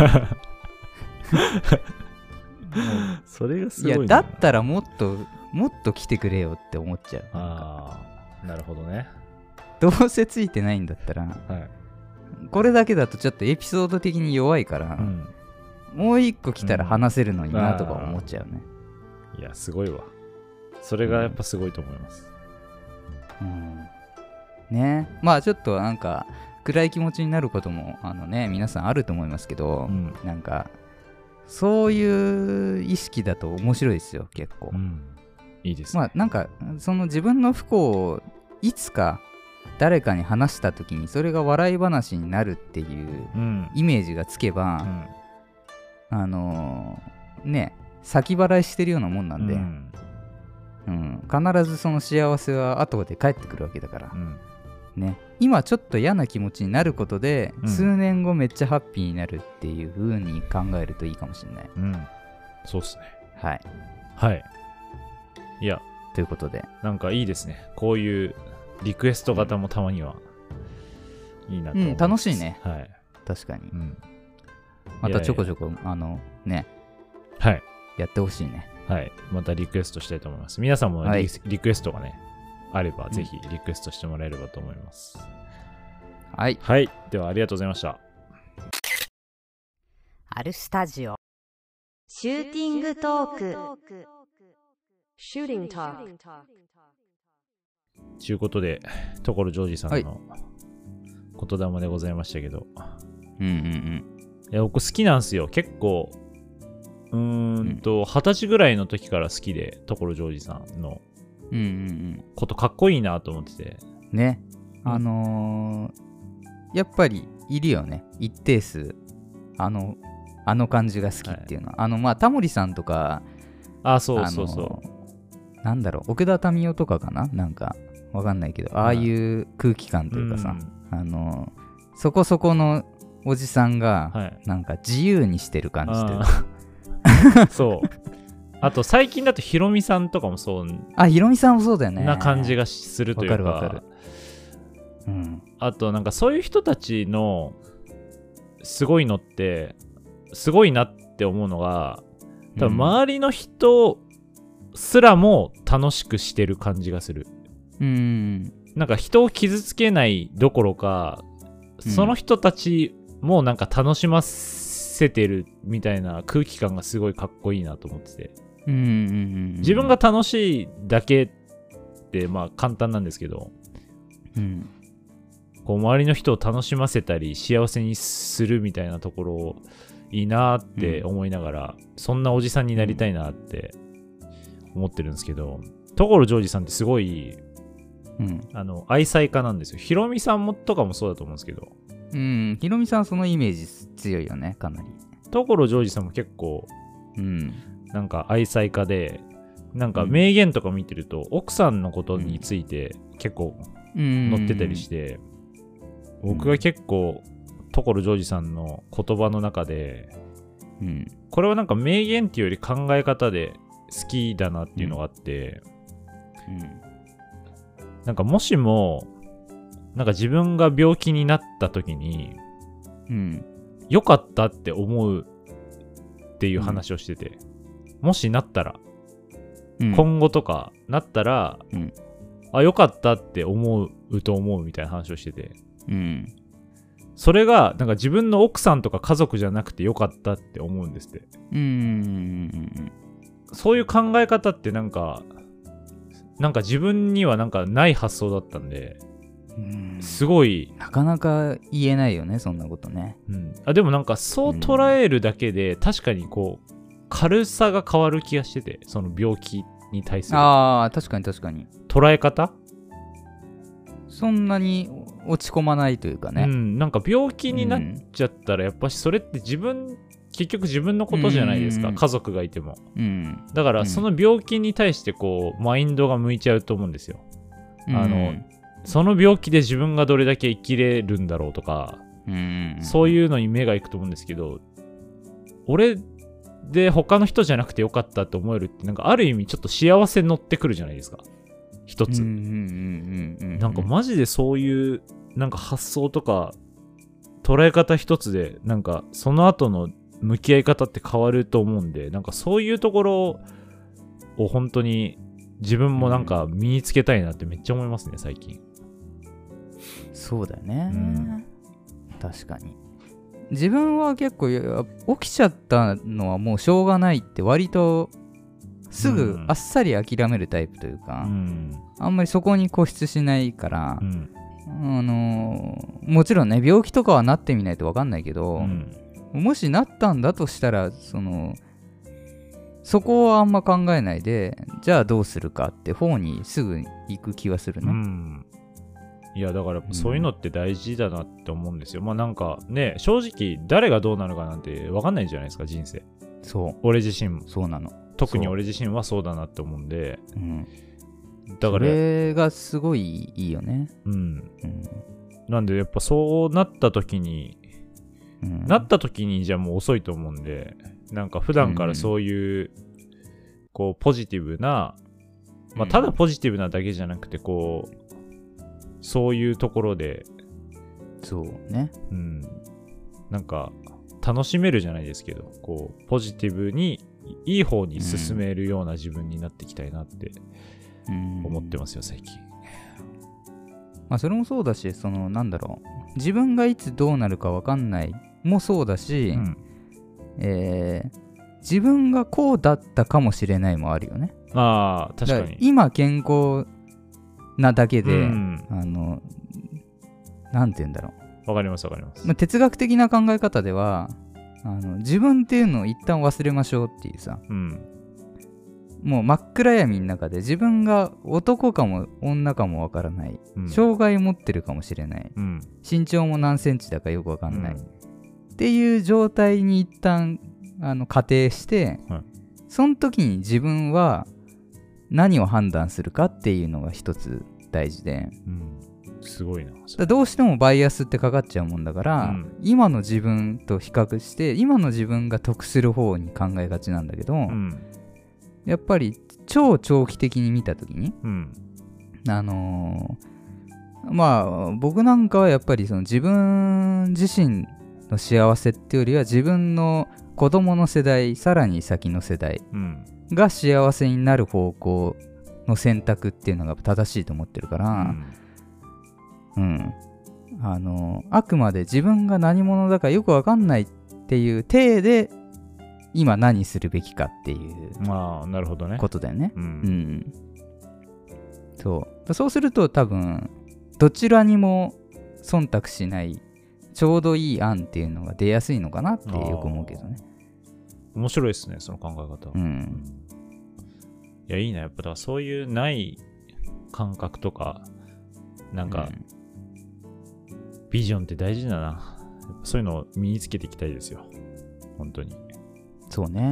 ね、それがすごいな。 いやだったらもっともっと来てくれよって思っちゃう。 ああ、なるほどね。 どうせついてないんだったら、はい、これだけだとちょっとエピソード的に弱いから、うん、もう一個来たら話せるのになとか思っちゃうね、 うん、いやすごいわ。それがやっぱすごいと思います、 うん、ね。まあちょっとなんか暗い気持ちになることもあのね皆さんあると思いますけど、 うん、 なんかそういう意識だと面白いですよ結構、うん、 いいですね。 まあなんかその自分の不幸をいつか誰かに話した時にそれが笑い話になるっていうイメージがつけば、うん、あのー、ね先払いしてるようなもんなんで、うんうん、必ずその幸せは後で帰ってくるわけだから、うんね、今ちょっと嫌な気持ちになることで、うん、数年後めっちゃハッピーになるっていう風に考えるといいかもしれない、 うん、そうっすね。 はいはいいやということでなんかいいですね。こういうリクエスト型もたまにはいいなと思います、 うん、楽しいね、 はい、 確かに、うん、 またちょこちょこあのねはいやってほしいね。 はい、またリクエストしたいと思います。皆さんもリ、はい、リクエストがねあれば、ぜひリクエストしてもらえればと思います。 はい。 はい。では、ありがとうございました。 アルスタジオ。 シューティングトーク。シューティングトーク。 ということで、所ジョージさんの言霊でございましたけど。 うんうんうん。 いや、僕好きなんですよ。結構、うーんと、二十歳ぐらいの時から好きで、所ジョージさんの。 うんうんうん、 ことかっこいいなと思っててね、あのー、やっぱりいるよね一定数あのあの感じが好きっていうのは、はい、あのまあタモリさんとかあそうそうそう、 あのー、なんだろう奥田民生とかかななんかわかんないけどああいう空気感というかさ、うん、あのー、そこそこのおじさんが、はい、なんか自由にしてる感じというかそうあと最近だとヒロミさんとかもそうあヒロミさんもそうだよねな感じがするというかわかるわかる、うん、 あとなんかそういう人たちのすごいのってすごいなって思うのが多分周りの人すらも楽しくしてる感じがする、 うん、 なんか人を傷つけないどころかその人たちもなんか楽しませてるみたいな空気感がすごいかっこいいなと思っててうんうんうんうん、 自分が楽しいだけってまあ簡単なんですけど、 うん、 こう周りの人を楽しませたり幸せにするみたいなところをいいなって思いながら、うん、そんなおじさんになりたいなって思ってるんですけど、所ジョージさんってすごい、 うん、 あの愛妻家なんですよ。ヒロミさんもとかもそうだと思うんですけど、 うん、ヒロミさんはそのイメージ強いよねかなり。 所ジョージさんも結構、 うん、 なんか愛妻家でなんか名言とか見てると、うん、奥さんのことについて結構載ってたりして、うん、僕が結構所ジョージさんの言葉の中で、 うん、 これはなんか名言っていうより考え方で好きだなっていうのがあって、 うんうん、 なんかもしもなんか自分が病気になった時に、 うん、 良かったって思うっていう話をしてて、うん、もしなったら、うん、今後とかなったら、 うん、 あ良かったって思うと思うみたいな話をしてて、 うん、 それがなんか自分の奥さんとか家族じゃなくて良かったって思うんですって、 うん、 そういう考え方ってなんかなんか自分にはなんかない発想だったんで、 うんすごいなかなか言えないよねそんなことね、 うん、あでもなんかそう捉えるだけで、うん、確かにこう軽さが変わる気がしてて、その病気に対するあー確かに確かに捉え方そんなに落ち込まないというかね、 うん、なんか病気になっちゃったらやっぱしそれって自分結局自分のことじゃないですか、うん、家族がいても、 うん、 だからその病気に対してこうマインドが向いちゃうと思うんですよ、 うん、 あのその病気で自分がどれだけ生きれるんだろうとか、 うん、 そういうのに目がいくと思うんですけど、俺で他の人じゃなくてよかったって思えるってなんかある意味ちょっと幸せに乗ってくるじゃないですか一つ、なんかマジでそういうなんか発想とか捉え方一つでなんかその後の向き合い方って変わると思うんで、なんかそういうところを本当に自分もなんか身につけたいなってめっちゃ思いますね最近。 そうだよね、 うん、 確かに自分は結構起きちゃったのはもうしょうがないって割とすぐあっさり諦めるタイプというか、 うん、 あんまりそこに固執しないから、 うん、 あのー、もちろんね病気とかはなってみないと分かんないけど、うん、もしなったんだとしたらそのそこはあんま考えないでじゃあどうするかって方にすぐ行く気はするね、うん、 いやだからそういうのって大事だなって思うんですよ、うん、まあなんかね正直誰がどうなるかなんて分かんないじゃないですか人生。 そう俺自身もそうなの。 特に俺自身はそうだなって思うんで、 うん、 だからそれがすごいいいよね。 うん、うん、なんでやっぱそうなった時に、うん、なった時にじゃあもう遅いと思うんで、なんか普段からそういう、うん、こうポジティブな、まあただポジティブなだけじゃなくてこうそういうところでそうね、 うん、なんか楽しめるじゃないですけど、こうポジティブにいい方に進めるような自分になっていきたいなって思ってますよ最近。 まあそれもそうだし、そのなんだろう、自分がいつどうなるか分かんないもそうだし、うん、えー、自分がこうだったかもしれないもあるよね。 ああ確かに。 今健康なだけで、うん、あのなんて言うんだろう。わかりますわかります。 まあ、哲学的な考え方ではあの自分っていうのを一旦忘れましょうっていうさ、うん、もう真っ暗闇の中で自分が男かも女かもわからない、うん、障害持ってるかもしれない、うん、身長も何センチだかよくわかんない、うん、っていう状態に一旦あの仮定して、はい、その時に自分は何を判断するかっていうのが一つ大事で、うん、 すごいな。 だどうしてもバイアスってかかっちゃうもんだから、うん、今の自分と比較して今の自分が得する方に考えがちなんだけど、うん、やっぱり超長期的に見た時に、うん、あのー、まあ僕なんかはやっぱりその自分自身の幸せっていうよりは自分の子供の世代さらに先の世代が幸せになる方向の選択っていうのが正しいと思ってるから、うんうん、あのあくまで自分が何者だかよく分かんないっていう体で今何するべきかっていうまあなるほどねことだよね、 うんうん、 そうそうすると多分どちらにも忖度しないちょうどいい案っていうのが出やすいのかなってよく思うけどね。 面白いですねその考え方、 うん、 いやいいなやっぱだからそういうない感覚とかなんか、うんビジョンって大事だな。やっぱそういうのを身につけていきたいですよ。本当に。 そうね、うん、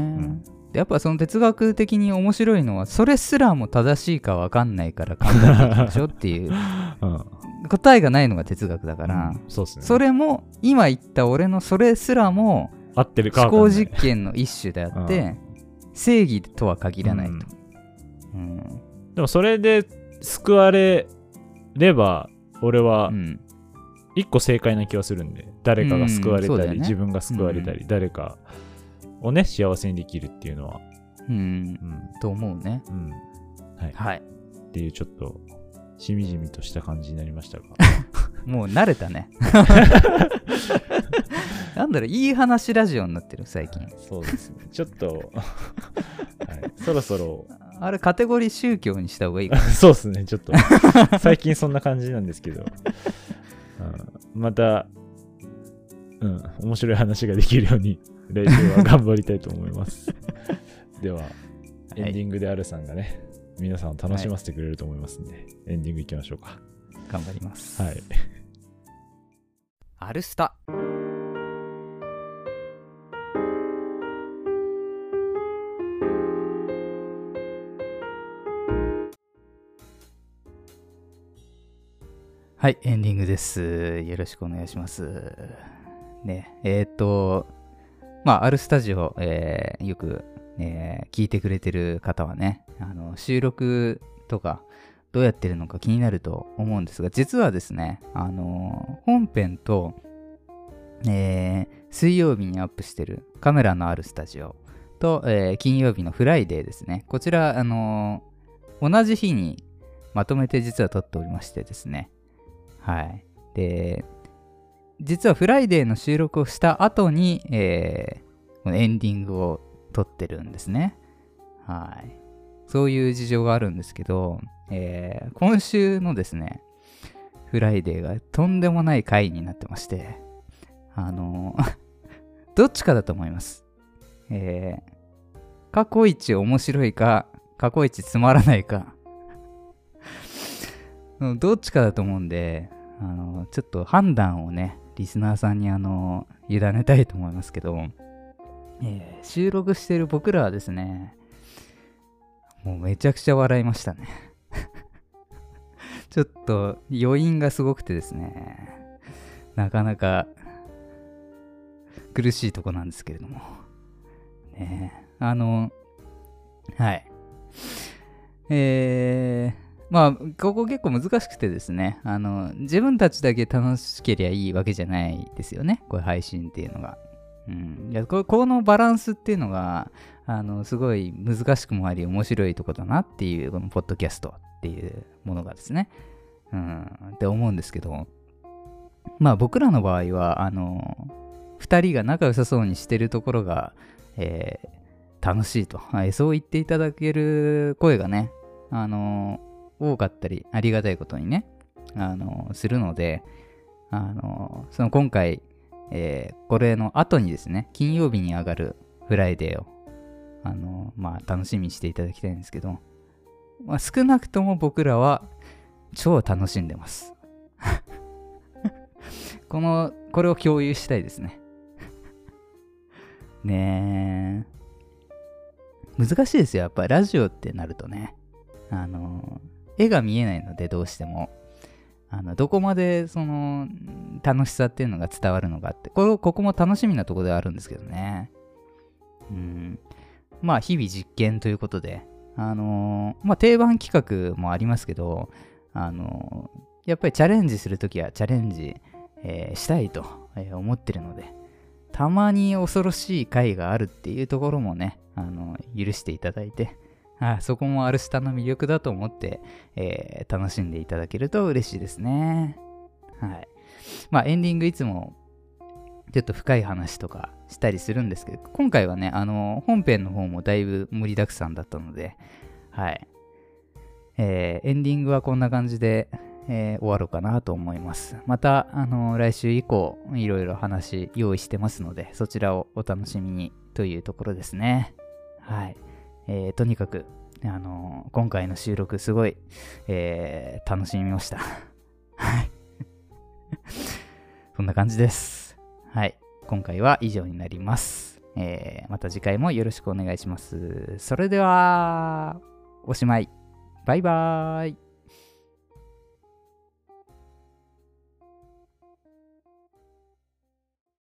でやっぱその哲学的に面白いのはそれすらも正しいか分かんないから考えていきましょうっていう、うん、答えがないのが哲学だから、うん、 そうっすね、 それも今言った俺のそれすらも合ってるか思考実験の一種であって、うん、正義とは限らないと、 うんうん、でもそれで救われれば俺は、うん一個正解な気はするんで、誰かが救われたり、うんね、自分が救われたり、うん、誰かをね幸せにできるっていうのは、 うん、うん、と思うね、うん、 はい、はい、っていうちょっとしみじみとした感じになりましたがもう慣れたねなんだろういい話ラジオになってる最近。 そうですねちょっと、はい、そろそろあれカテゴリー宗教にした方がいいかなそうですねちょっと最近そんな感じなんですけどまた、うん、面白い話ができるように来週は頑張りたいと思いますでは、はい、エンディングでアルさんがね皆さんを楽しませてくれると思いますんで、はい、エンディングいきましょうか。 頑張ります。 はいアルスタはい、エンディングです。よろしくお願いします。ね、えっ、ー、と、まあ、アルスタジオ、えー、よく、えー、聞いてくれてる方はね、あの収録とかどうやってるのか気になると思うんですが、実はですね、あの本編と、えー、水曜日にアップしてるカメラのあるスタジオと、えー、金曜日のフライデーですね、こちら、あの同じ日にまとめて実は撮っておりましてですね、はい。で、実はフライデーの収録をした後に、えー、このエンディングを撮ってるんですね。はい。そういう事情があるんですけど、えー、今週のですね、 フライデーがとんでもない回になってまして、あのどっちかだと思います。えー、過去一面白いか過去一つまらないかどっちかだと思うんで、あのちょっと判断をねリスナーさんにあの委ねたいと思いますけど、えー、収録してる僕らはですね、もうめちゃくちゃ笑いましたねちょっと余韻がすごくてですね、なかなか苦しいとこなんですけれどもね、あのはいえーまあここ結構難しくてですね、あの自分たちだけ楽しければいいわけじゃないですよね、これ配信っていうのが。うん、いや こ, このバランスっていうのがあのすごい難しくもあり面白いとこだなっていう、このポッドキャストっていうものがですね、うん、って思うんですけど、まあ僕らの場合はあのふたりが仲良さそうにしてるところが、えー、楽しいと、はい、そう言っていただける声がね、あの多かったりありがたいことにね、あのするので、あのその今回、えー、これの後にですね、金曜日に上がるフライデーをあのまあ楽しみにしていただきたいんですけど、まあ、少なくとも僕らは超楽しんでますこのこれを共有したいですねねえ、難しいですよやっぱりラジオってなるとね、あの絵が見えないので、どうしてもあのどこまでその楽しさっていうのが伝わるのかって、これここも楽しみなところではあるんですけどね。うん、まあ日々実験ということで、あのー、まあ定番企画もありますけど、あのー、やっぱりチャレンジするときはチャレンジ、えー、したいと思ってるので、たまに恐ろしい回があるっていうところもね、あのー、許していただいて、あそこもアルスタの魅力だと思って、えー、楽しんでいただけると嬉しいですね。はい。まあエンディングいつもちょっと深い話とかしたりするんですけど、今回はね、あの本編の方もだいぶ盛りだくさんだったので、はい。えー、エンディングはこんな感じで、えー、終わろうかなと思います。また、あの来週以降いろいろ話用意してますので、そちらをお楽しみにというところですね。はい。えー、とにかく、あのー、今回の収録すごい、えー、楽しみましたはいそんな感じです。はい、今回は以上になります。えー、また次回もよろしくお願いします。それではおしまい。バイバーイ。